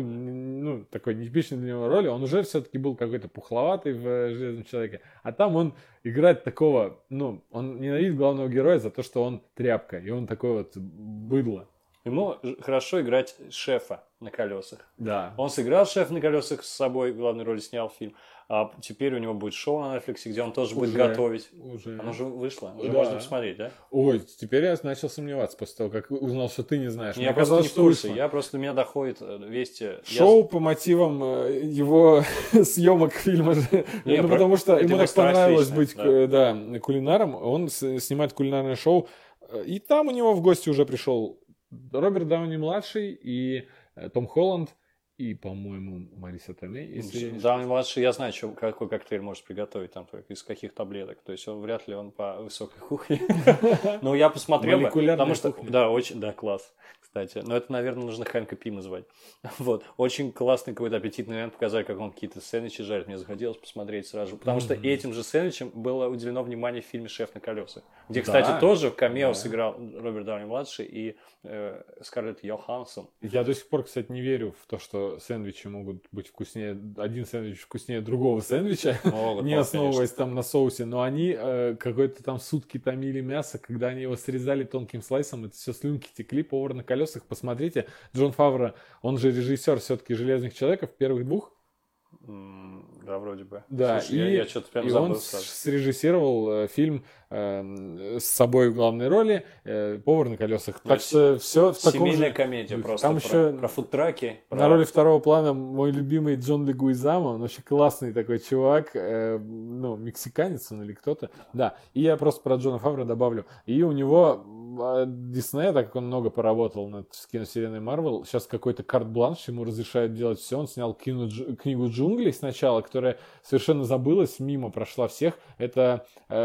такой нетипичной для него роли. Он уже все-таки был какой-то пухловатый в «Железном человеке». А там он играет такого, он ненавидит главного героя за то, что он тряпка. И он такой вот быдло. Ему хорошо играть шефа на колесах. Да. Он сыграл шеф на колесах с собой, главную роль снял фильм. А теперь у него будет шоу на Netflix, где он тоже будет готовить. Оно уже вышло, уже можно посмотреть, да? Ой, теперь я начал сомневаться после того, как узнал, что ты не знаешь. Я просто не в курсе, до меня доходит вести. Шоу по мотивам его съемок фильма. Потому что ему так понравилось быть кулинаром. Он снимает кулинарное шоу. И там у него в гости уже пришел Роберт Дауни-младший и Том Холланд. И, по-моему, Мариса Томей. Дауни-младший, я знаю, какой коктейль может приготовить, там, из каких таблеток. То есть, вряд ли он по высокой кухне. Но я посмотрел, потому что... Да, очень, да, класс, кстати. Но это, наверное, нужно Хэнка Пима звать. Вот. Очень классный какой-то аппетитный момент показали, как он какие-то сэндвичи жарит. Мне захотелось посмотреть сразу. Потому что этим же сэндвичем было уделено внимание в фильме «Шеф на колесах». Где, кстати, тоже в камео сыграл Роберт Дауни-младший и Скарлетт Йоханссон. Я до сих пор, кстати, не верю в то, что сэндвичи могут быть вкуснее, один сэндвич вкуснее другого сэндвича, не основываясь там на соусе, но они какой-то там сутки томили мясо, когда они его срезали тонким слайсом, это все слюнки текли, повар на колесах, посмотрите, Джон Фавро, он же режиссер все-таки «Железных человеков», первых двух. Да, вроде бы. Да, слушай, я что-то прям забыл он срежиссировал фильм с собой в главной роли «Повар на колесах». Так что все в таком же... Семейная комедия просто. Там еще про фудтраки. На роли второго плана мой любимый Джон Легуизамо. Он очень классный такой чувак. Мексиканец он или кто-то. Да, и я просто про Джона Фавро добавлю. И у него Дисней, так как он много поработал над киновселенной Марвел, сейчас какой-то карт-бланш, ему разрешают делать все. Он снял книгу джунглей сначала, которая совершенно забылась, мимо прошла всех. Это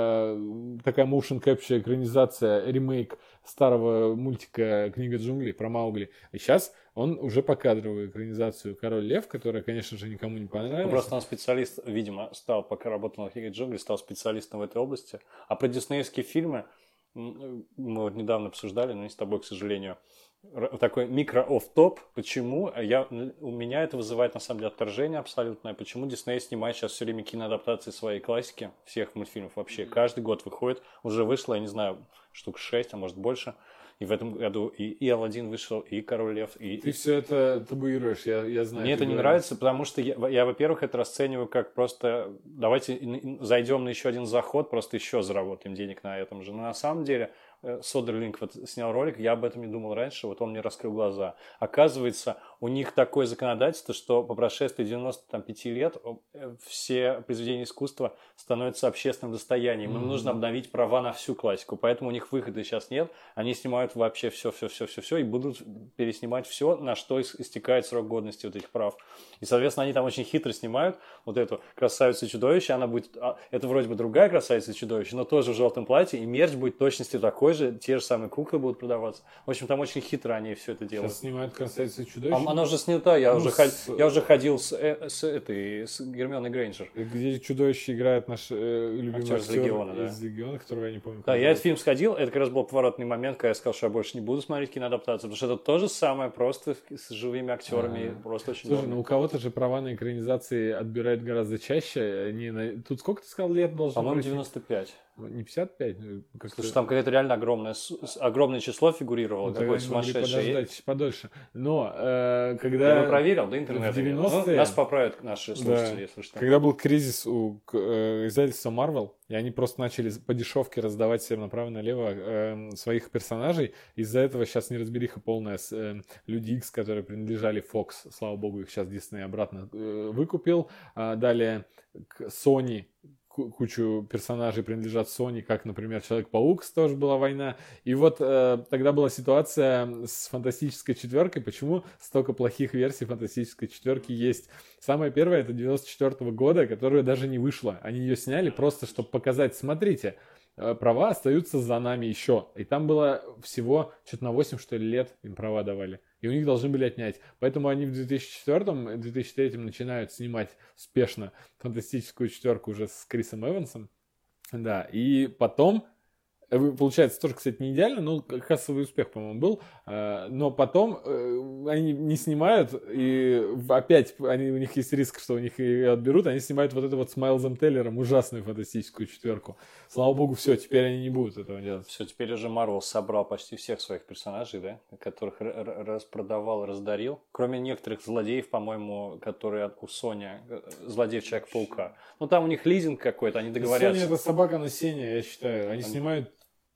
такая motion capture экранизация, ремейк старого мультика «Книга джунглей» про Маугли. И сейчас он уже покадровую экранизацию «Король Лев», которая, конечно же, никому не понравилась. Просто он специалист, видимо, пока работал на «Книге джунглей», стал специалистом в этой области. А про диснеевские фильмы мы вот недавно обсуждали, но не с тобой, к сожалению, такой микро-офф-топ. Почему? У меня это вызывает, на самом деле, отторжение абсолютное. Почему Дисней снимает сейчас все время киноадаптации своей классики, всех мультфильмов вообще. Каждый год выходит. Уже вышло, я не знаю, штук 6, а может больше. И в этом году и Аладдин вышел, и Король Лев. Ты все это табуируешь, я знаю. Мне это не нравится, потому что я, во-первых, это расцениваю как просто давайте зайдем на еще один заход, просто еще заработаем денег на этом же. Но на самом деле Содерлинг вот снял ролик, я об этом не думал раньше, вот он мне раскрыл глаза. Оказывается, у них такое законодательство, что по прошествии 95 лет все произведения искусства становятся общественным достоянием. Им нужно обновить права на всю классику, поэтому у них выхода сейчас нет. Они снимают вообще все и будут переснимать все, на что истекает срок годности вот этих прав. И, соответственно, они там очень хитро снимают вот эту «Красавицу и чудовище». Она будет, это вроде бы другая «Красавица и чудовище», но тоже в желтом платье, и мерч будет в точности такой же, те же самые куклы будут продаваться. В общем, там очень хитро они все это делают. Сейчас снимают «Красавицу и чудовище». Она уже снята, я уже ходил с Гермионой Грейнджер. Где чудовище играет наш любимый актер из «Легиона», из «Легиона», которого я не помню. Да, я этот фильм сходил, это как раз был поворотный момент, когда я сказал, что я больше не буду смотреть киноадаптацию, потому что это то же самое, просто с живыми актерами, просто очень Слушай, у кого-то же права на экранизации отбирают гораздо чаще. Тут сколько ты сказал лет должно быть? По-моему, 95. Не 55? Слушай, там какое-то реально огромное число фигурировало, какое-то сумасшедшее. Подождать подольше. Но когда... Я проверил, да, интернет. В 90-е... Нас поправят наши слушатели, если что. Когда был кризис у издательства Marvel, и они просто начали по дешевке раздавать всем направо и налево своих персонажей, из-за этого сейчас неразбериха полная с Люди Икс, которые принадлежали Fox, слава богу, их сейчас Disney обратно выкупил. Далее Sony кучу персонажей принадлежат Sony, как, например, Человек-паук, тоже была война. И вот тогда была ситуация с Фантастической четверкой. Почему столько плохих версий Фантастической четверки есть? Самая первая — это 94 года, которая даже не вышла. Они ее сняли просто, чтобы показать, смотрите, права остаются за нами еще. И там было всего что-то на 8, что ли, лет им права давали. И у них должны были отнять. Поэтому они в 2004-2003 начинают снимать успешно Фантастическую четверку уже с Крисом Эвансом. Да, и потом, получается, тоже, кстати, не идеально, но кассовый успех, по-моему, был. Но потом они не снимают, и опять у них есть риск, что у них ее отберут. Они снимают вот это вот с Майлзом Теллером ужасную Фантастическую четверку. Слава богу, все, теперь они не будут этого делать. Все, теперь уже Марвел собрал почти всех своих персонажей, да, которых распродавал, раздарил. Кроме некоторых злодеев, по-моему, которые у Sony, злодеев Человека-паука. Ну, там у них лизинг какой-то, они договорятся. Sony — это собака на сене, я считаю. Они снимают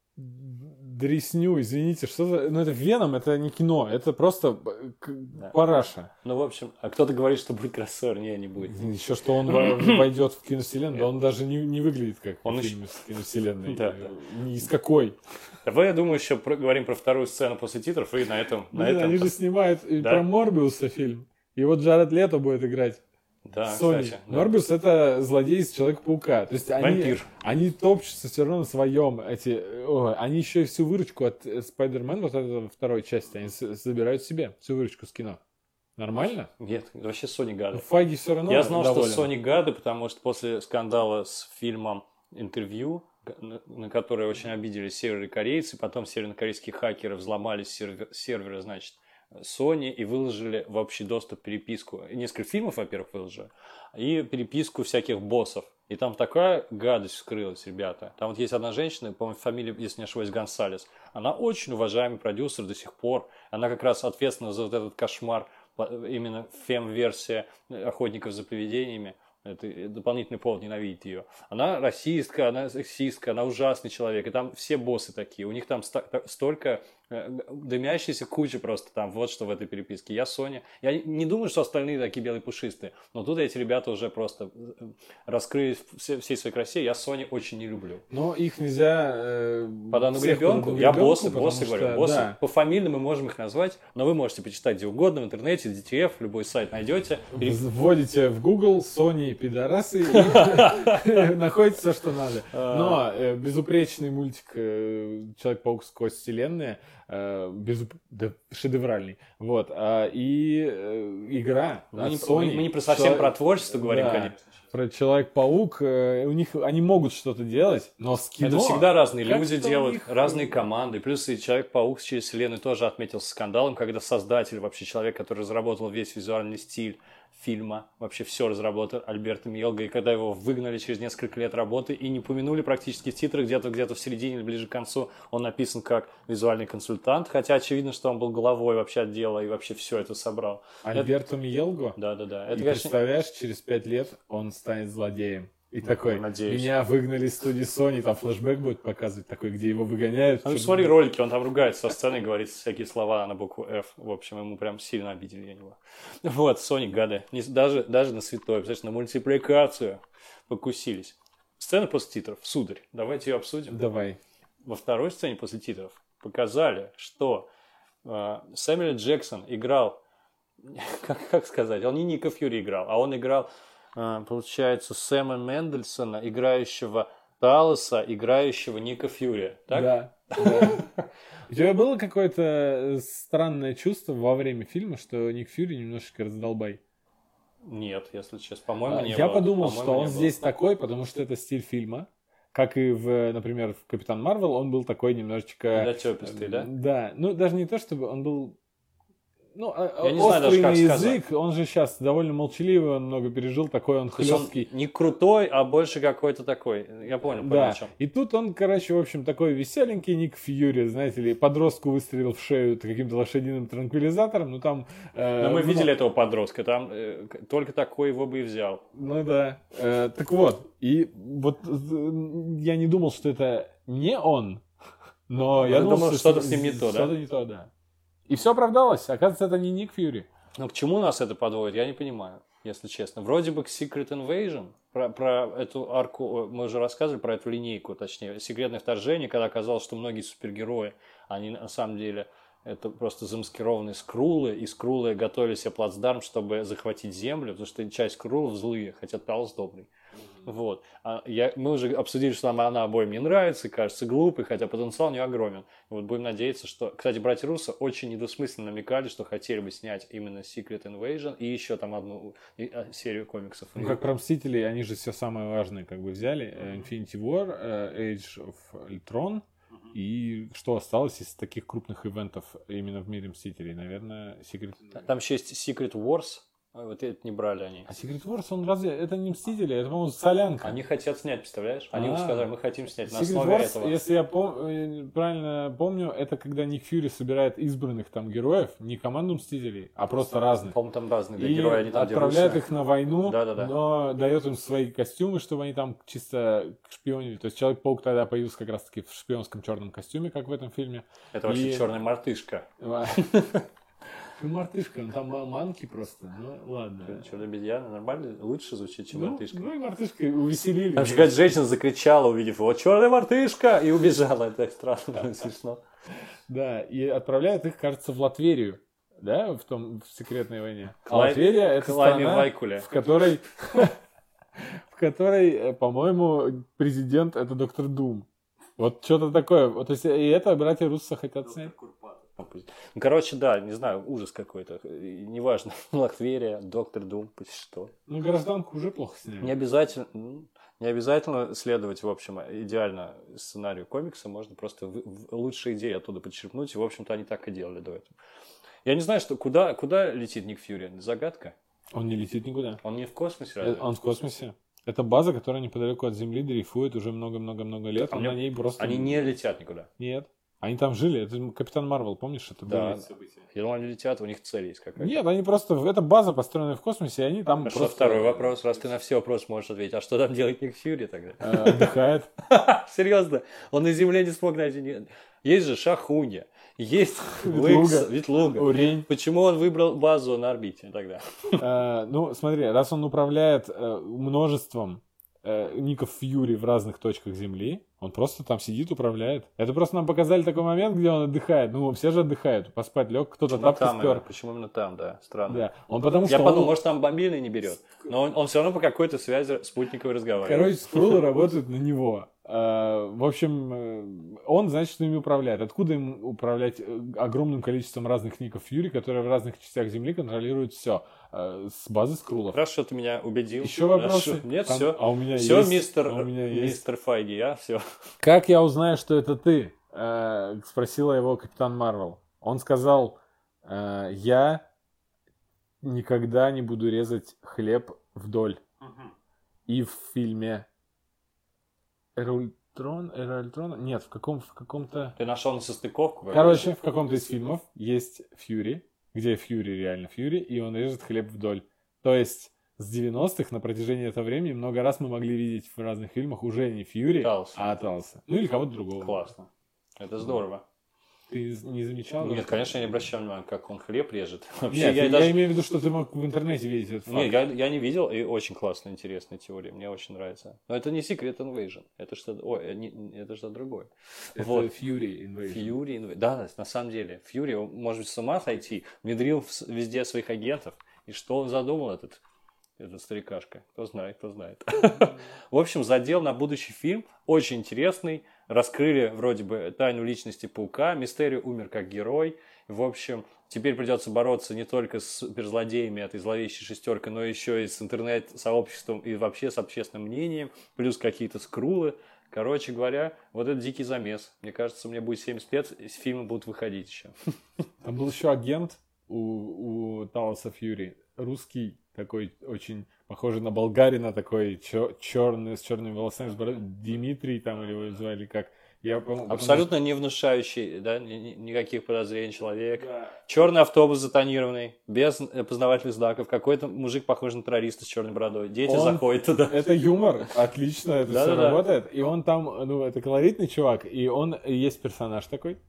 дресню, извините, что за... Ну, это Веном, это не кино, это просто параша. Ну, в общем, а кто-то говорит, что будет кроссовер, не будет. Еще что он войдет в киновселенную, да он даже не выглядит как фильм из киновселенной. Да. Ни из какой. Давай, я думаю, еще говорим про вторую сцену после титров, и на этом... Они же снимают про Морбиуса фильм, и вот Джаред Лето будет играть. Да, Sony. кстати. Морбиус — это злодей из Человека-паука. То есть вампир. Они топчутся все равно на своем. Они еще и всю выручку от Spider-Man, вот этой второй части, они забирают себе всю выручку с кино. Нормально? Нет, вообще Sony гады. Файги все равно Я знал, доволен. что Sony гады, потому что после скандала с фильмом «Интервью», на который очень обиделись северокорейцы, потом северокорейские хакеры взломали серверы, значит, Sony и выложили в общий доступ переписку. Несколько фильмов, во-первых, выложили, и переписку всяких боссов. И там такая гадость вскрылась, ребята. Там вот есть одна женщина, по-моему, фамилия, если не ошибаюсь, Гонсалес. Она очень уважаемый продюсер до сих пор. Она как раз ответственна за вот этот кошмар, именно фем-версия «Охотников за привидениями». Это дополнительный повод ненавидеть ее. Она расистка, она сексистка, она ужасный человек. И там все боссы такие. У них там столько дымящейся куча просто там. Вот что в этой переписке. Я Sony. Я не думаю, что остальные такие белые пушистые. Но тут эти ребята уже просто раскрылись всей своей красе. Я Sony очень не люблю. Но их нельзя... По данному ребенку. Я боссы говорю. Боссы. Да. По фамилии мы можем их назвать. Но вы можете почитать где угодно в интернете. DTF, любой сайт найдете. Вводите в Google Sony пидорасы и находите все, что надо. Но безупречный мультик Человек-паук сквозь вселенные, шедевральный. Вот. И игра от Sony. Мы не совсем про творчество говорим, конечно. Про Человек-паук, у них они могут что-то делать, но с кино... Это всегда разные люди делают, разные команды. Плюс и Человек-паук через вселенную тоже отметился скандалом, когда создатель, вообще человек, который разработал весь визуальный стиль фильма, вообще все разработал, Альберто Миелго, и когда его выгнали через несколько лет работы и не помянули практически в титрах, где-то в середине или ближе к концу он написан как визуальный консультант, хотя очевидно, что он был головой вообще отдела и вообще все это собрал. Альберто Миелго? Да. Это, представляешь, через 5 лет он станет злодеем. И такой, надеюсь. Меня выгнали из студии Sony, там флешбэк будет показывать, такой, где его выгоняют. Ну, смотри ролики, он там ругается со сцены, говорит всякие слова на букву F. В общем, ему прям сильно обидели его. Вот, Sony, гады. Даже на святое, представляешь, на мультипликацию покусились. Сцена после титров, сударь. Давайте ее обсудим. Давай. Во второй сцене после титров показали, что Сэмюэл Джексон играл, как сказать, он не Ника Фьюри играл, а он играл... получается, Сэма Мендельсона, играющего Талоса, играющего Ника Фьюри. Так? Да. У тебя было какое-то странное чувство во время фильма, что Ник Фьюри немножечко раздолбай? Нет, если честно, по-моему, не было. Я подумал, что он здесь такой, потому что это стиль фильма. Как и например, в Капитан Марвел, он был такой немножечко... Дотёпистый, да? Да. Ну, даже не то, чтобы он был... Ну, я не знаю даже, как язык, сказать. Он же сейчас довольно молчаливый, он много пережил, такой он хлесткий. Он не крутой, а больше какой-то такой. Я понял, да. о чем. И тут он, короче, в общем, такой веселенький Ник Фьюри, знаете ли, подростку выстрелил в шею каким-то лошадиным транквилизатором, ну там... Но мы видели этого подростка, там только такой его бы и взял. Ну да. Так вот, и вот я не думал, что это не он, но я думал, что что-то с ним не то, да? Что-то не то, да. И все оправдалось. Оказывается, это не Ник Фьюри. Но к чему нас это подводит, я не понимаю. если честно. Вроде бы Secret Invasion, про эту арку, мы уже рассказывали про эту линейку, точнее, секретное вторжение, когда оказалось, что многие супергерои, они на самом деле это просто замаскированные скрулы, и скрулы готовили себе плацдарм, чтобы захватить землю, потому что часть скрулов злые, хотя Талос добрый. Вот. Мы уже обсудили, что она обоим не нравится, кажется глупой, хотя потенциал у нее огромен. Вот будем надеяться, что... Кстати, братья Руссо очень недвусмысленно намекали, что хотели бы снять именно Secret Invasion и еще там одну серию комиксов. Ну, как про Мстителей, они же все самое важное как бы взяли. Infinity War, Age of Ultron. И что осталось из таких крупных ивентов именно в мире Мстителей? Наверное, Secret... Там еще есть Secret Wars. Вот это не брали они. А Secret Wars, он разве... Это не Мстители, это, по-моему, солянка. Они хотят снять, представляешь? Они сказали, мы хотим снять на Secret основе Wars, этого. если я правильно помню, это когда Ник Фьюри собирает избранных там героев, не команду Мстителей, а просто разных. По-моему, там разные и герои, они там отправляет их на войну, Да-да-да. но дает им свои костюмы, чтобы они там чисто шпионили. То есть Человек-паук тогда появился как раз-таки в шпионском черном костюме, как в этом фильме. Это вообще черный мартышка. Ну, мартышка, он там манки просто, ну ладно. Черная обезьяна нормально, лучше звучит, чем мартышка. Ну и мартышка увеселили. Там же какая-то женщина закричала, увидев его, черная мартышка, и убежала. Это странно, смешно. Да, и отправляют их, кажется, в Латверию, да, в секретной войне. Латверия это страна, в которой, по-моему, президент это доктор Дум. Вот что-то такое. Вот, и это братья Руссо хотят снять. Ну, короче, да, не знаю, ужас какой-то. Неважно, Латверия, доктор Дум, что. Ну, гражданку уже плохо сняли. Не обязательно следовать, в общем, идеально сценарию комикса. Можно просто лучшие идеи оттуда подчерпнуть. И, в общем-то, они так и делали до этого. Я не знаю, куда летит Ник Фьюри. Загадка. Он не летит никуда. Он не в космосе, разве? Он в космосе. Это база, которая неподалеку от Земли дрейфует уже много-много-много лет. На ней просто... Они не летят никуда. Нет. Они там жили. Это Капитан Марвел, помнишь? Это да. были события. Я думал, они летят, у них цель есть какая-то. Нет, они просто... Это база, построенная в космосе, и они там Хорошо, просто... второй вопрос. Раз ты на все вопросы можешь ответить. А что там делает Ник Фьюри тогда? Отдыхает. Серьезно? Он на Земле не смог найти... Есть же Шахунья. Есть Ветлуга. Урень. Почему он выбрал базу на орбите тогда? Ну, смотри, раз он управляет множеством Ников Фьюри в разных точках Земли, он просто там сидит, управляет. Это просто нам показали такой момент, где он отдыхает. Ну, все же отдыхают. Поспать лег, кто-то тапки спер. Почему именно там, да? Странно. Да. Я подумал, может, там мобильный не берет. Но он все равно по какой-то связи спутниковой разговаривает. Короче, скрулы работают на него. В общем, он, значит, ими управляет. Откуда им управлять огромным количеством разных Ников Фьюри, которые в разных частях Земли контролируют все? С базы скрулов. Хорошо, ты меня убедил. Еще вопросы? Нет, там, все. А у меня все, есть. мистер Файги, я все. Как я узнаю, что это ты? Спросила его Капитан Марвел. Он сказал, я никогда не буду резать хлеб вдоль. И в фильме Эра Ультрона? Нет, в каком-то... Ты нашел несостыковку? Короче, в каком-то из фильмов есть Фьюри, где Фьюри реально Фьюри, и он режет хлеб вдоль. То есть с 90-х на протяжении этого времени много раз мы могли видеть в разных фильмах уже не Фьюри, а Талоса. Ну или кого-то другого. Классно. Это здорово. Ты не замечал? Нет, конечно, я не обращал внимания, как он хлеб режет. Вообще, Нет, я имею в виду, что ты мог в интернете видеть этот факт. Нет, я не видел, и очень классная, интересная теория. Мне очень нравится. Но это не Secret Invasion. Это что-то другое. Это Fury Invasion. Да, на самом деле. Fury, он может с ума сойти, внедрил везде своих агентов. И что он задумал, этот старикашка? Кто знает. В общем, задел на будущий фильм. Очень интересный. Раскрыли вроде бы тайну личности Паука. Мистерио умер как герой. В общем, теперь придется бороться не только с суперзлодеями этой зловещей шестеркой, но еще и с интернет-сообществом и вообще с общественным мнением. Плюс какие-то скрулы. Короче говоря, вот это дикий замес. Мне кажется, мне будет 70 лет, фильмы будут выходить еще. Там был еще агент у Талоса Фьюри. Русский, такой очень похожий на болгарина, такой черный, с черными волосами, с бородой. Дмитрий там или его звали как. Абсолютно не внушающий, да, никаких подозрений человек. Да. Черный автобус затонированный, без познавательных знаков. Какой-то мужик похож на террориста с черной бородой. Дети заходят туда. Это юмор, отлично, это все работает. И он там, это колоритный чувак, и он есть персонаж такой.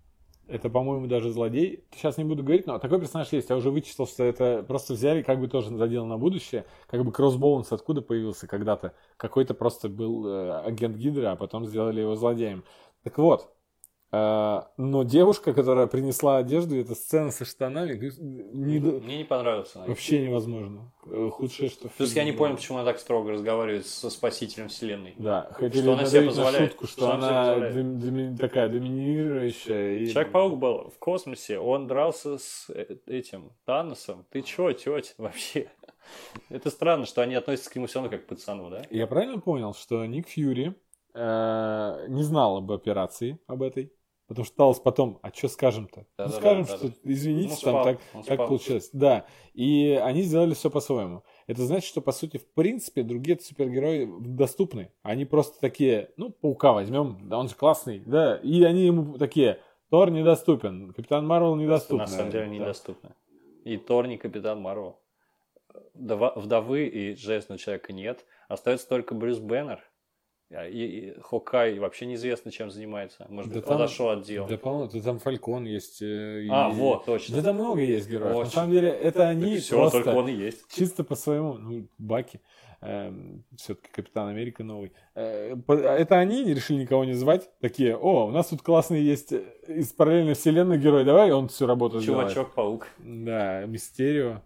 Это, по-моему, даже злодей. Сейчас не буду говорить, но такой персонаж есть. Я уже вычислил, что это просто взяли, как бы тоже задел на будущее. Как бы Кроссбоунс откуда появился когда-то. Какой-то просто был агент Гидры, а потом сделали его злодеем. Так вот. Но девушка, которая принесла одежду, эта сцена со штанами, мне не понравилось. Вообще невозможно. Худшее, что... То есть я не понял, почему она так строго разговаривает со спасителем вселенной. Да, хотели что она себе позволяет. Шутку, что она такая доминирующая. Человек-паук был в космосе, он дрался с этим Таносом. Ты чё, тётя, вообще? Это странно, что они относятся к нему все равно как к пацану, да? Я правильно понял, что Ник Фьюри не знал об операции, об этой? Потому что осталось потом, а что скажем-то? Скажем, что извините, там так получилось. Да, и они сделали все по-своему. Это значит, что, по сути, в принципе, другие супергерои доступны. Они просто такие, ну, Паука возьмем, да он же классный, да, и они ему такие, Тор недоступен, Капитан Марвел недоступен. На самом деле недоступны. И Тор не Капитан Марвел. Вдовы и Железного Человека нет. Остается только Брюс Бэннер. И Хокай вообще неизвестно, чем занимается. Может быть, подошел от дела. Да, по-моему, там Фалькон есть. Вот, точно. Да там много есть героев. Очень. На самом деле, это они все, просто только он и есть. Чисто по своему, ну, Баки, все-таки Капитан Америка новый. Это они решили никого не звать. Такие, у нас тут классный есть из параллельной вселенной герой, давай он всю работу сделает. Чувачок-паук. Да, Мистерио.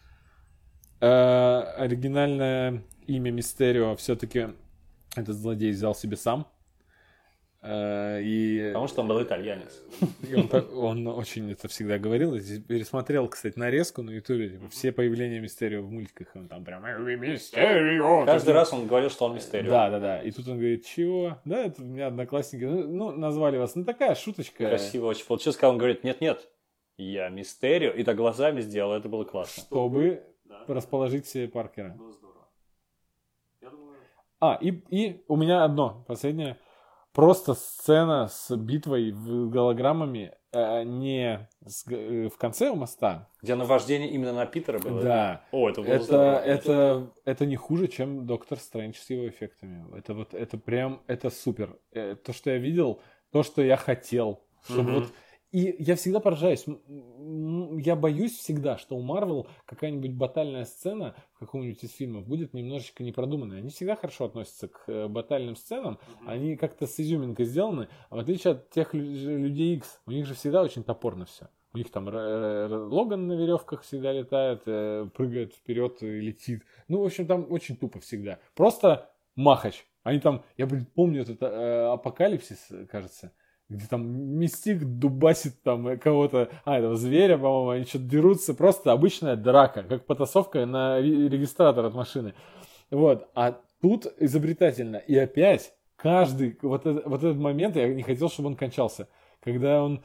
Оригинальное имя Мистерио все-таки... Этот злодей взял себе сам. Потому что он был итальянец. Он очень это всегда говорил. Пересмотрел, кстати, нарезку на ютубе. Типа, все появления Мистерио в мультиках. Он там прям Мистерио. Каждый раз он говорил, что он Мистерио. Да. И тут он говорит, чего? Да, это у меня одноклассники. Ну, назвали вас. Ну, такая шуточка. Красиво очень получилось, когда он говорит, нет, я Мистерио. И так глазами сделал. Это было классно. Чтобы расположить себе Паркера. И у меня одно, последнее. Просто сцена с битвой голограммами не в конце у моста. Где наваждение именно на Питера было? Да. Это было здорово. Это не хуже, чем Доктор Стрэндж с его эффектами. Это супер. То, что я видел, то, что я хотел. Чтобы И я всегда поражаюсь. Я боюсь всегда, что у Марвел какая-нибудь батальная сцена в каком-нибудь из фильмов будет немножечко непродуманной. Они всегда хорошо относятся к батальным сценам. Они как-то с изюминкой сделаны. А в отличие от тех людей X, у них же всегда очень топорно все. У них там Логан на веревках всегда летает, прыгает вперед и летит. Ну, в общем, там очень тупо всегда. Просто махач. Они там, я помню этот Апокалипсис, кажется, где там Мистик дубасит там кого-то, этого зверя, по-моему, они что-то дерутся, просто обычная драка, как потасовка на регистратор от машины. Вот, а тут изобретательно. И опять, каждый, вот этот момент, я не хотел, чтобы он кончался. Когда он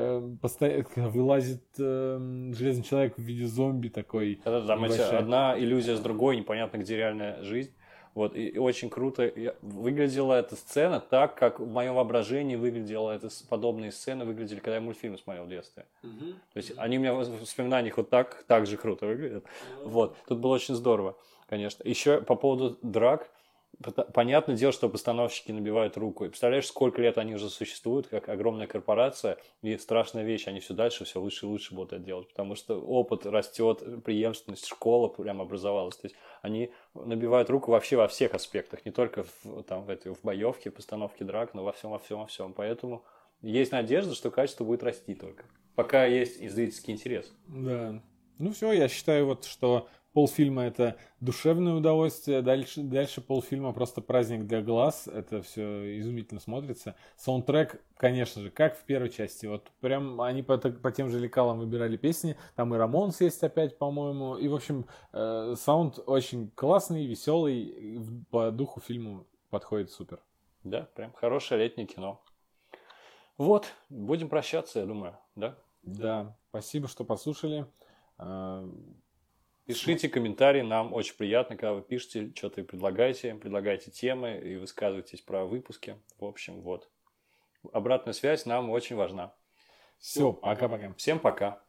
вылазит Железный Человек в виде зомби такой. Там одна иллюзия с другой, непонятно, где реальная жизнь. Вот, и очень круто выглядела эта сцена так, как в моем воображении подобные сцены выглядели, когда я мультфильмы смотрел в детстве. То есть они у меня в воспоминаниях вот так же круто выглядят. Вот, тут было очень здорово, конечно. Еще по поводу драк. Понятное дело, что постановщики набивают руку. И представляешь, сколько лет они уже существуют, как огромная корпорация, и страшная вещь, они все дальше, все лучше и лучше будут это делать, потому что опыт растет, преемственность, школа прям образовалась. То есть они набивают руку вообще во всех аспектах, не только в боевке, постановке драк, но во всем. Поэтому есть надежда, что качество будет расти только. Пока есть и зрительский интерес. Да. Ну все, я считаю, что полфильма это душевное удовольствие, дальше полфильма просто праздник для глаз, это все изумительно смотрится. Саундтрек, конечно же, как в первой части, вот прям они по тем же лекалам выбирали песни, там и Рамонс есть опять, по-моему, и в общем саунд очень классный, веселый, по духу фильму подходит супер. Да, прям хорошее летнее кино. Вот, будем прощаться, я думаю, да? Да, спасибо, что послушали. Пишите комментарии, нам очень приятно, когда вы пишете, что-то предлагаете темы и высказываетесь про выпуски. В общем, вот. Обратная связь нам очень важна. Все, пока-пока. Всем пока.